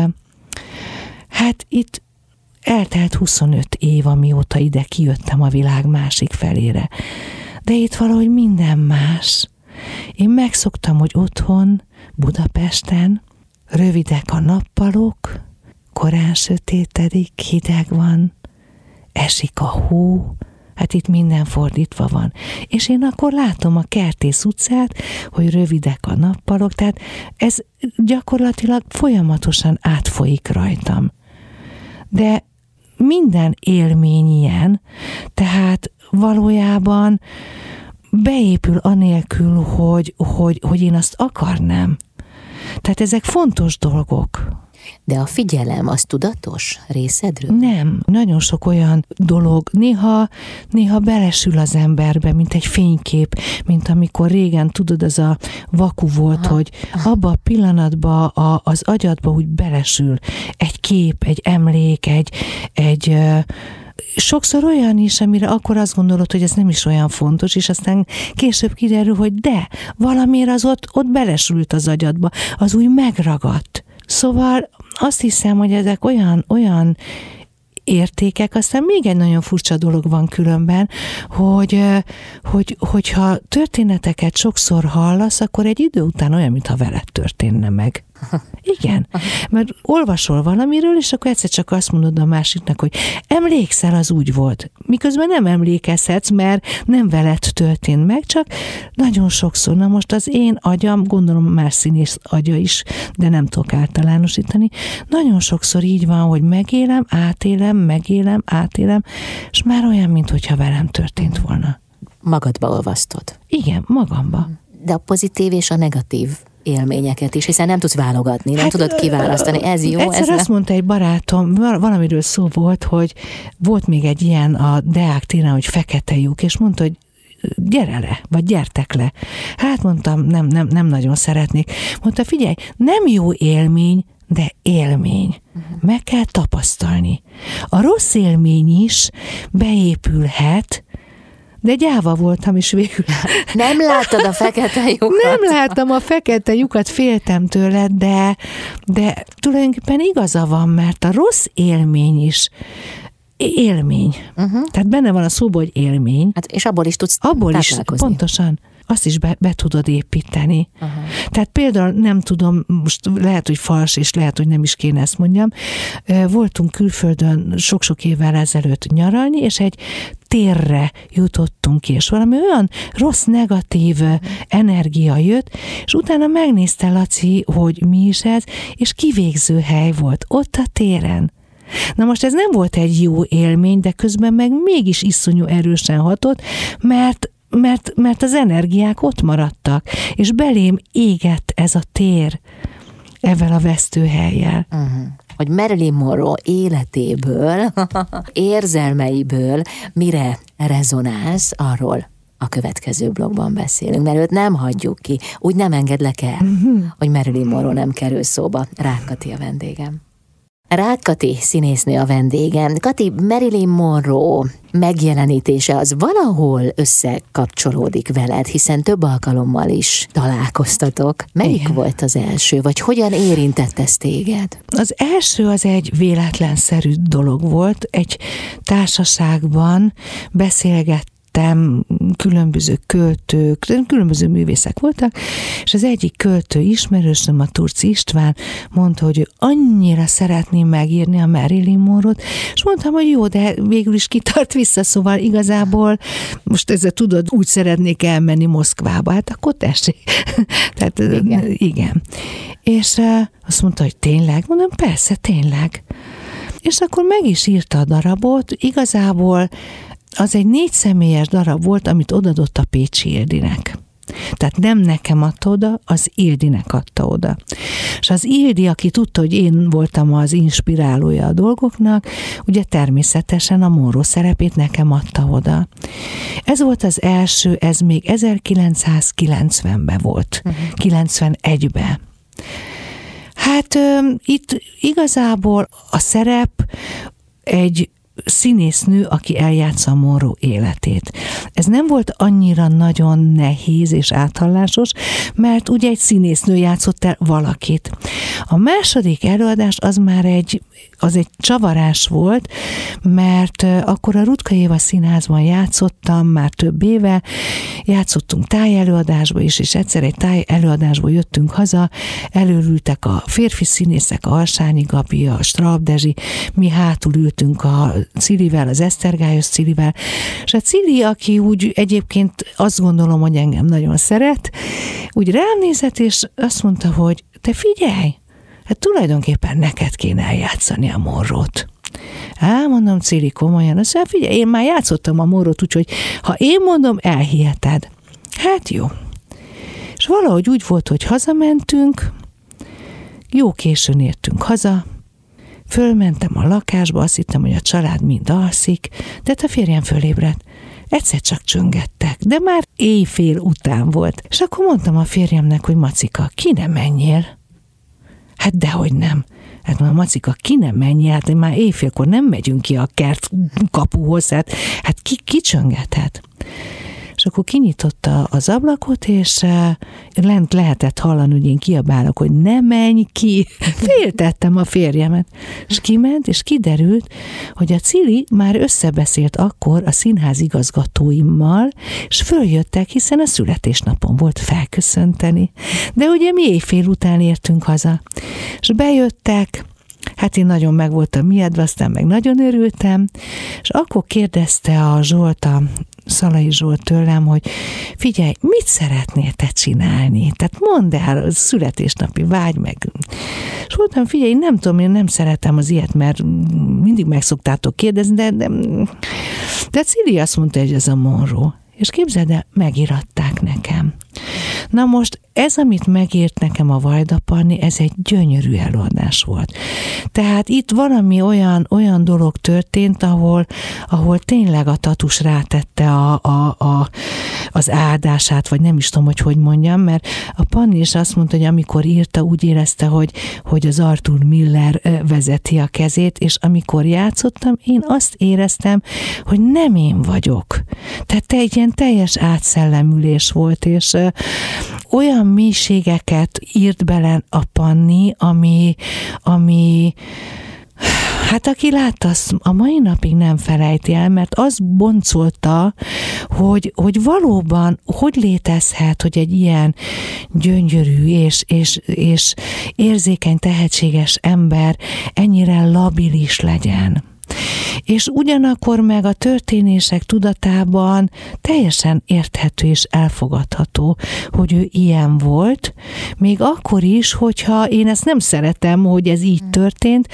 hát itt eltelt 25 év, amióta ide kijöttem a világ másik felére. De itt valahogy minden más. Én megszoktam, hogy otthon, Budapesten, rövidek a nappalok, korán sötétedik, hideg van, esik a hó, hát itt minden fordítva van. És én akkor látom a Kertész utcát, hogy rövidek a nappalok, tehát ez gyakorlatilag folyamatosan átfolyik rajtam. De minden élmény ilyen, tehát valójában beépül anélkül, hogy én azt akarnám. Tehát ezek fontos dolgok. De a figyelem az tudatos részedről? Nem. Nagyon sok olyan dolog néha belesül az emberbe, mint egy fénykép, mint amikor régen, tudod, az a vaku volt, hogy abba a pillanatban az agyadba úgy belesül egy kép, egy emlék, egy sokszor olyan is, amire akkor azt gondolod, hogy ez nem is olyan fontos, és aztán később kiderül, hogy de, valamiért az ott belesült az agyadba, az úgy megragadt. Szóval azt hiszem, hogy ezek olyan értékek, aztán még egy nagyon furcsa dolog van különben, hogyha történeteket sokszor hallasz, akkor egy idő után olyan, mintha veled történne meg. Igen, mert olvasol valamiről, és akkor egyszer csak azt mondod a másiknak, hogy emlékszel, az úgy volt. Miközben nem emlékezhetsz, mert nem veled történt meg, csak nagyon sokszor. Na most az én agyam, gondolom más színész agya is, de nem tudok általánosítani, nagyon sokszor így van, hogy megélem, átélem, és már olyan, mintha velem történt volna. Magadba olvasztod. Igen, magamba. De a pozitív és a negatív élményeket is, hiszen nem tudsz válogatni, nem tudod kiválasztani, ez jó, egyszer azt mondta egy barátom, valamiről szó volt, hogy volt még egy ilyen a Deák téren, hogy fekete lyuk, és mondta, hogy gyere le, vagy gyertek le. Hát mondtam, nem nagyon szeretnék. Mondta, figyelj, nem jó élmény, de élmény. Meg kell tapasztalni. A rossz élmény is beépülhet, de gyáva voltam, és végül... Nem láttad a fekete lyukat? Nem láttam a fekete lyukat, féltem tőle, de tulajdonképpen igaza van, mert a rossz élmény is élmény. Tehát benne van a szóban, hogy élmény. Hát, és abból is tudsz abból is, táplálkozni. pontosan. Azt is be tudod építeni. Tehát például nem tudom, most lehet, hogy fals, és lehet, hogy nem is kéne ezt mondjam. Voltunk külföldön sok-sok évvel ezelőtt nyaralni, és egy térre jutottunk ki, és valami olyan rossz, negatív energia jött, és utána megnézte Laci, hogy mi is ez, és kivégző hely volt ott a téren. Na most ez nem volt egy jó élmény, de közben meg mégis iszonyú erősen hatott, mert az energiák ott maradtak, és belém égett ez a tér ezzel a vesztőhellyel. Hogy Marilyn Monroe életéből, érzelmeiből mire rezonálsz, arról a következő blogban beszélünk, mert őt nem hagyjuk ki, úgy nem engedlek el, hogy Marilyn Monroe nem kerül szóba. Rákk Kati a vendégem. Rácz Kati színésznő a vendégem. Kati, Marilyn Monroe megjelenítése az valahol összekapcsolódik veled, hiszen több alkalommal is találkoztatok. Melyik Igen. volt az első, vagy hogyan érintett ez téged? Az első az egy véletlenszerű dolog volt. Egy társaságban beszélgettem különböző költők, különböző művészek voltak, és az egyik költő ismerősöm, a Turci István mondta, hogy ő annyira szeretné megírni a Marilyn Monroe-t, és mondtam, hogy jó, de végül is kitart vissza, szóval igazából most ezzel tudod, úgy szeretnék elmenni Moszkvába, hát akkor tessék. Tehát igen. És azt mondta, hogy tényleg? Mondom, persze, tényleg. És akkor meg is írta a darabot, igazából az egy 4 személyes darab volt, amit odadott a Pécsi Ildinek. Tehát nem nekem adta oda, az Ildinek adta oda. És az Ildi, aki tudta, hogy én voltam az inspirálója a dolgoknak, ugye természetesen a Monroe szerepét nekem adta oda. Ez volt az első, ez még 1990-ben volt, 91-ben. Hát itt igazából a szerep egy színésznő, aki eljátsza a Monroe életét. Ez nem volt annyira nagyon nehéz és áthallásos, mert ugye egy színésznő játszott el valakit. A második előadás az már egy csavarás volt, mert akkor a Rutka Éva Színházban játszottam már több éve, játszottunk tájelőadásba is, és egyszer egy tájelőadásból jöttünk haza, előültek a férfi színészek, a Harsányi Gabi, a Straub Dezsi, mi hátul ültünk a Cilivel, az Esztergályos Cilivel, és a Cili, aki úgy egyébként azt gondolom, hogy engem nagyon szeret, úgy rám nézett, és azt mondta, hogy te figyelj, hát tulajdonképpen neked kéne eljátszani a Monroe-t. Mondom, Cili, komolyan, azt mondja, figyelj, én már játszottam a Monroe-t, úgyhogy ha én mondom, elhiheted. Hát jó. És valahogy úgy volt, hogy hazamentünk, jó későn értünk haza, fölmentem a lakásba, azt hittem, hogy a család mind alszik, de a férjem fölébredt. Egyszer csak csöngettek, de már éjfél után volt. És akkor mondtam a férjemnek, hogy Macika, ki nem menjél? Hát dehogy nem. Hát mondom, Macika, ki nem menjél? Hát már éjfélkor nem megyünk ki a kert kapuhoz, hát ki csöngethet? És akkor kinyitotta az ablakot, és lent lehetett hallani, hogy én kiabálok, hogy ne menj ki. Féltettem a férjemet. És kiment, és kiderült, hogy a Cili már összebeszélt akkor a színház igazgatóimmal, és följöttek, hiszen a születésnapon volt felköszönteni. De ugye mi éjfél után értünk haza. És bejöttek, hát én nagyon meg voltam ijedve, aztán meg nagyon örültem, és akkor kérdezte a Zsolt, a Szalai Zsolt tőlem, hogy figyelj, mit szeretnél te csinálni? Tehát mondd el, születésnapi vágy meg. És mondtam, figyelj, nem tudom, én nem szeretem az ilyet, mert mindig meg szoktátok kérdezni, de Cili azt mondta, hogy ez a Monroe. És képzeld el, megíratták nekem. Na most ez, amit megírt nekem a Vajda Panni, ez egy gyönyörű előadás volt. Tehát itt valami olyan dolog történt, ahol tényleg a tatus rátette az áldását, vagy nem is tudom, hogy mondjam, mert a Panni is azt mondta, hogy amikor írta, úgy érezte, hogy az Arthur Miller vezeti a kezét, és amikor játszottam, én azt éreztem, hogy nem én vagyok. Tehát egy ilyen teljes átszellemülés volt, és olyan mélységeket írt bele a Panni, ami hát aki látta, azt a mai napig nem felejti el, mert az boncolta, hogy valóban hogy létezhet, hogy egy ilyen gyönyörű és érzékeny, tehetséges ember ennyire labilis legyen. És ugyanakkor meg a történések tudatában teljesen érthető és elfogadható, hogy ő ilyen volt, még akkor is, hogyha én ezt nem szeretem, hogy ez így történt,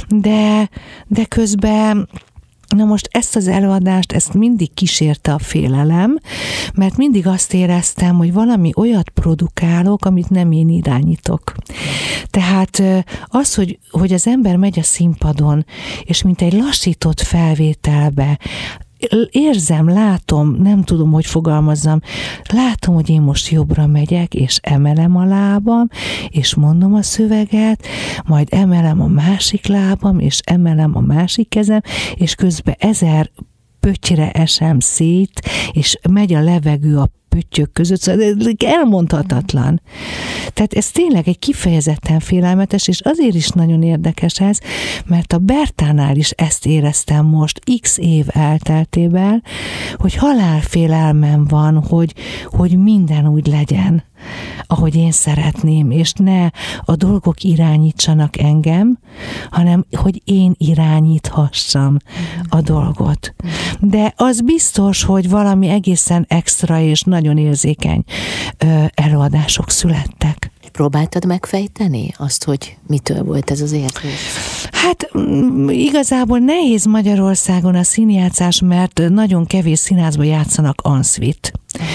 de közben na most ezt az előadást, ezt mindig kísérte a félelem, mert mindig azt éreztem, hogy valami olyat produkálok, amit nem én irányítok. Tehát az, hogy az ember megy a színpadon, és mint egy lassított felvételbe, érzem, látom, nem tudom, hogy fogalmazzam, látom, hogy én most jobbra megyek, és emelem a lábam, és mondom a szöveget, majd emelem a másik lábam, és emelem a másik kezem, és közben 1000 pöttyre esem szét, és megy a levegő a pöttyök között, szóval elmondhatatlan. Tehát ez tényleg egy kifejezetten félelmetes, és azért is nagyon érdekes ez, mert a Bertánál is ezt éreztem most x év elteltével, hogy halálfélelmem van, hogy minden úgy legyen, ahogy én szeretném, és ne a dolgok irányítsanak engem, hanem hogy én irányíthassam a dolgot. De az biztos, hogy valami egészen extra és nagyon érzékeny előadások születtek. Próbáltad megfejteni azt, hogy mitől volt ez az érzés? Hát igazából nehéz Magyarországon a színjátszás, mert nagyon kevés színházban játszanak en suite.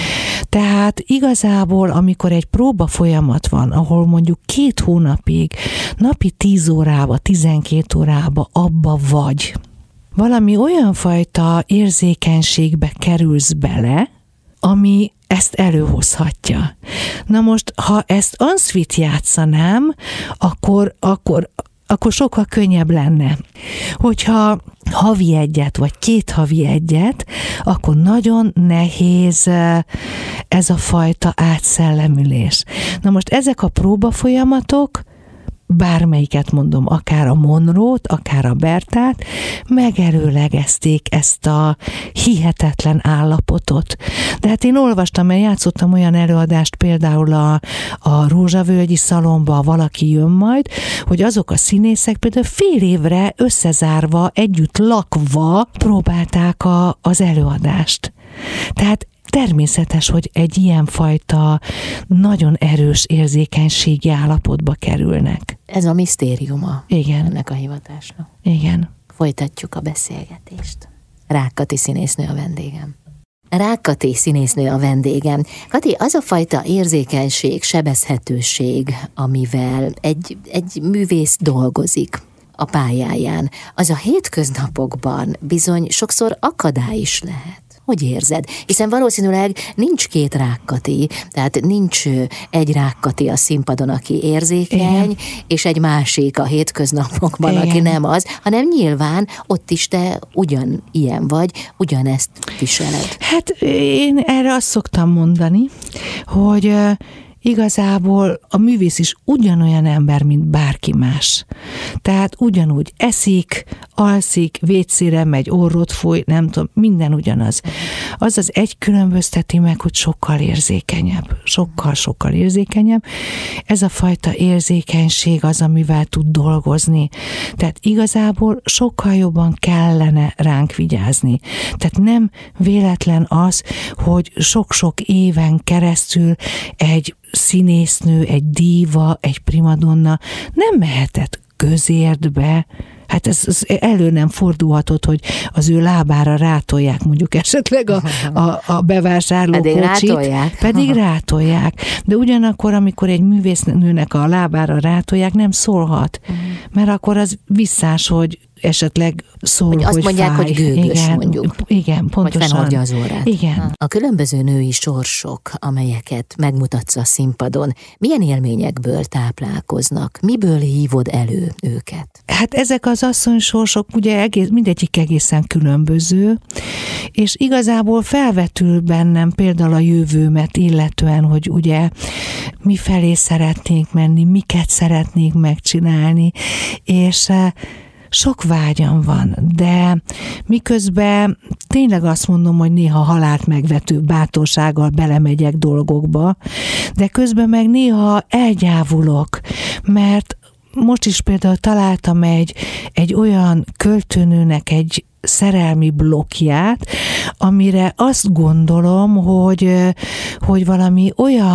Tehát igazából, amikor egy próba folyamat van, ahol mondjuk 2 hónapig, napi 10 órába, 12 órába abba vagy, valami olyan fajta érzékenységbe kerülsz bele, ami ezt előhozhatja. Na most, ha ezt en suite játszanám, akkor sokkal könnyebb lenne. Hogyha havi 1 vagy 2 havi 1, akkor nagyon nehéz ez a fajta átszellemülés. Na most ezek a próbafolyamatok, bármelyiket mondom, akár a Monrót, akár a Bertát, megelőlegezték ezt a hihetetlen állapotot. De hát én olvastam, mert játszottam olyan előadást például a Rózsavölgyi Szalonba, Valaki jön majd, hogy azok a színészek például fél évre összezárva, együtt lakva próbálták az előadást. Tehát természetes, hogy egy ilyenfajta nagyon erős érzékenységi állapotba kerülnek. Ez a misztériuma. Igen. Ennek a hivatásnak. Igen. Folytatjuk a beszélgetést. Rákkati színésznő a vendégem. Rákkati színésznő a vendégem. Kati, az a fajta érzékenység, sebezhetőség, amivel egy művész dolgozik a pályáján, az a hétköznapokban bizony sokszor akadály is lehet. Hogy érzed? Hiszen valószínűleg nincs 2 Rákkati, tehát nincs egy Rákkati a színpadon, aki érzékeny, igen, és egy másik a hétköznapokban, igen, aki nem az, hanem nyilván ott is te ugyanilyen vagy, ugyanezt viseled. Hát én erre azt szoktam mondani, hogy igazából a művész is ugyanolyan ember, mint bárki más. Tehát ugyanúgy eszik, alszik, vécére megy, orrot fúj, nem tudom, minden ugyanaz. Az az egy különbözteti meg, hogy sokkal érzékenyebb. Sokkal érzékenyebb. Ez a fajta érzékenység az, amivel tud dolgozni. Tehát igazából sokkal jobban kellene ránk vigyázni. Tehát nem véletlen az, hogy sok-sok éven keresztül egy színésznő, egy díva, egy primadonna nem mehetett közértbe. Hát ez elő nem fordulhatott, hogy az ő lábára rátolják mondjuk esetleg a bevásárlókocsit. Pedig rátolják. De ugyanakkor, amikor egy művésznőnek a lábára rátolják, nem szólhat. Mert akkor az visszás, hogy esetleg szól, hogy azt mondják, fáj. Hogy gőgös, igen, mondjuk. Igen, pontosan. Vagy fennhordja az órát. Igen. A különböző női sorsok, amelyeket megmutatsz a színpadon, milyen élményekből táplálkoznak? Miből hívod elő őket? Hát ezek az asszonysorsok ugye mindegyik egészen különböző, és igazából felvetül bennem például a jövőmet illetően, hogy ugye mifelé szeretnénk menni, miket szeretnénk megcsinálni, és sok vágyam van, de miközben tényleg azt mondom, hogy néha halált megvető bátorsággal belemegyek dolgokba, de közben meg néha elgyávulok, mert most is például találtam egy olyan költőnőnek egy szerelmi blokkját, amire azt gondolom, hogy valami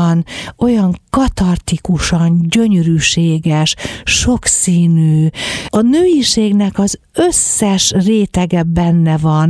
olyan katartikusan, gyönyörűséges, sokszínű, a nőiségnek az összes rétege benne van,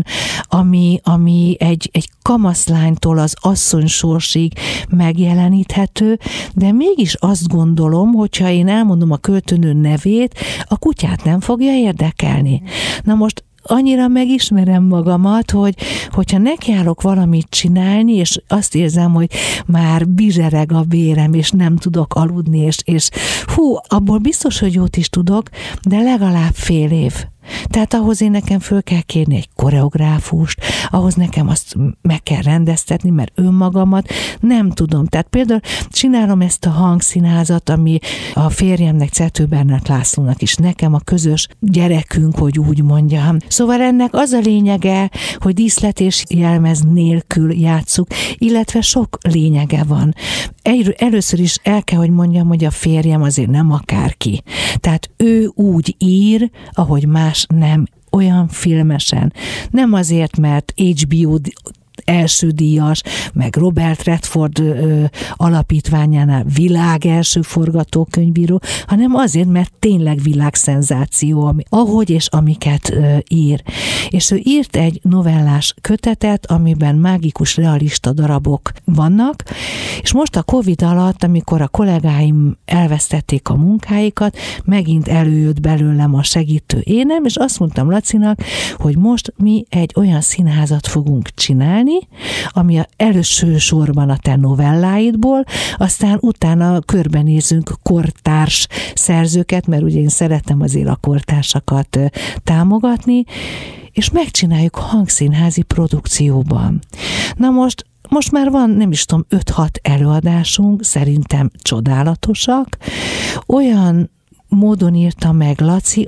ami egy kamaszlánytól az asszonysorsig megjeleníthető, de mégis azt gondolom, hogyha én elmondom a költőnő nevét, a kutyát nem fogja érdekelni. Na most annyira megismerem magamat, hogyha nekiállok valamit csinálni, és azt érzem, hogy már bizsereg a vérem, és nem tudok aludni, és abból biztos, hogy jót is tudok, de legalább fél év. Tehát ahhoz nekem föl kell kérni egy koreográfust, ahhoz nekem azt meg kell rendeztetni, mert önmagamat nem tudom. Tehát például csinálom ezt a hangszínházat, ami a férjemnek, Cető Bernát Lászlónak is, nekem a közös gyerekünk, hogy úgy mondjam. Szóval ennek az a lényege, hogy díszlet és jelmez nélkül játsszuk, illetve sok lényege van. Először is el kell, hogy mondjam, hogy a férjem azért nem akárki. Tehát ő úgy ír, ahogy más nem, olyan filmesen. Nem azért, mert HBO első díjas, meg Robert Redford alapítványánál világ első forgatókönyvíró, hanem azért, mert tényleg világszenzáció, ahogy és amiket ír. És ő írt egy novellás kötetet, amiben mágikus realista darabok vannak, és most a Covid alatt, amikor a kollégáim elvesztették a munkáikat, megint előjött belőlem a segítő énem, és azt mondtam Lacinak, hogy most mi egy olyan színházat fogunk csinálni, ami első sorban a te novelláidból, aztán utána körbenézünk kortárs szerzőket, mert ugye én szeretem azért a kortársakat támogatni, és megcsináljuk hangszínházi produkcióban. Na most már van, nem is tudom, 5-6 előadásunk, szerintem csodálatosak, olyan módon írta meg Laci,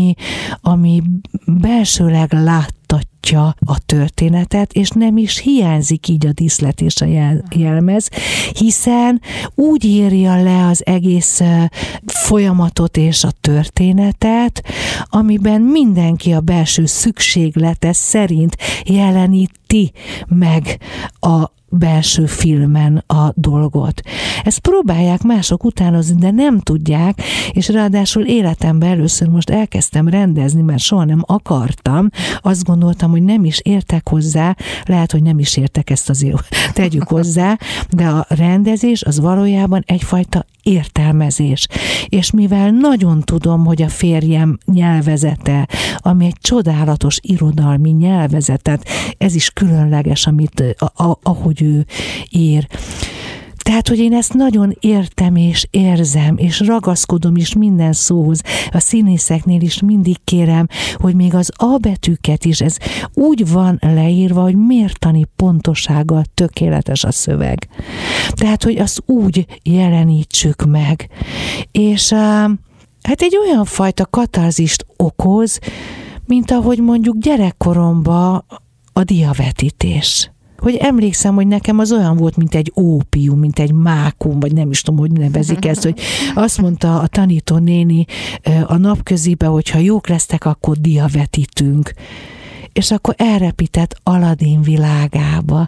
ami belsőleg láttatja a történetet, és nem is hiányzik így a díszlet és a jelmez, hiszen úgy írja le az egész folyamatot és a történetet, amiben mindenki a belső szükséglete szerint jeleníti meg a belső filmen a dolgot. Ezt próbálják mások utánozni, de nem tudják, és ráadásul életemben először most elkezdtem rendezni, mert soha nem akartam. Azt gondoltam, hogy nem is értek hozzá, lehet, hogy nem is értek, ezt azért tegyük hozzá, de a rendezés az valójában egyfajta értelmezés. És mivel nagyon tudom, hogy a férjem nyelvezete, ami egy csodálatos irodalmi nyelvezetet, ez is különleges, ahogy ő ír. Tehát, hogy én ezt nagyon értem és érzem, és ragaszkodom is minden szóhoz. A színészeknél is mindig kérem, hogy még az A betűket is, ez úgy van leírva, hogy mértani pontosággal tökéletes a szöveg. Tehát, hogy azt úgy jelenítsük meg. És hát egy olyan fajta katarzist okoz, mint ahogy mondjuk gyerekkoromban a diavetítés. Hogy emlékszem, hogy nekem az olyan volt, mint egy ópium, mint egy mákum, vagy nem is tudom, hogy nevezik ezt, hogy azt mondta a tanítónéni a napközibe, hogy ha jók lesztek, akkor diavetítünk. És akkor elrepített Aladin világába.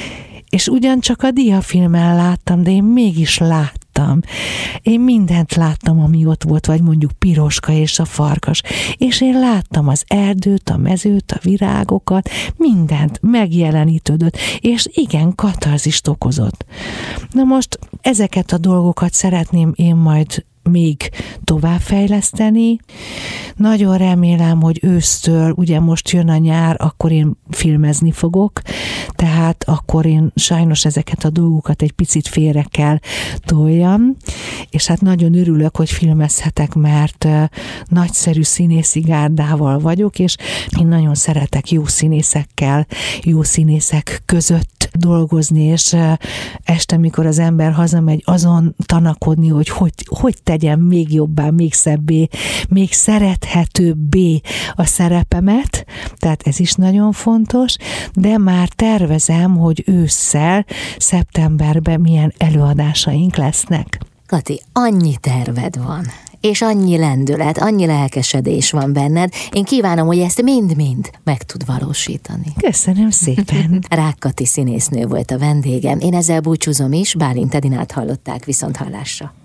És ugyancsak a diafilmen láttam, de én mégis láttam. Én mindent láttam, ami ott volt, vagy mondjuk Piroska és a farkas. És én láttam az erdőt, a mezőt, a virágokat, mindent megjelenítődött, és igen, katarzist okozott. Na most ezeket a dolgokat szeretném én majd még továbbfejleszteni. Nagyon remélem, hogy ősztől, ugye most jön a nyár, akkor én filmezni fogok, tehát akkor én sajnos ezeket a dolgokat egy picit félre kell toljam, és hát nagyon örülök, hogy filmezhetek, mert nagyszerű színészi gárdával vagyok, és én nagyon szeretek jó színészekkel, jó színészek között dolgozni, és este, mikor az ember hazamegy, azon tanakodni, hogy tegyem még jobbá, még szebbé, még szerethetőbbé a szerepemet, tehát ez is nagyon fontos, de már tervezem, hogy ősszel, szeptemberben milyen előadásaink lesznek. Kati, annyi terved van, és annyi lendület, annyi lelkesedés van benned. Én kívánom, hogy ezt mind-mind meg tud valósítani. Köszönöm szépen. Rák Kati színésznő volt a vendégem. Én ezzel búcsúzom is, Bálint Edinát hallották, viszonthallásra.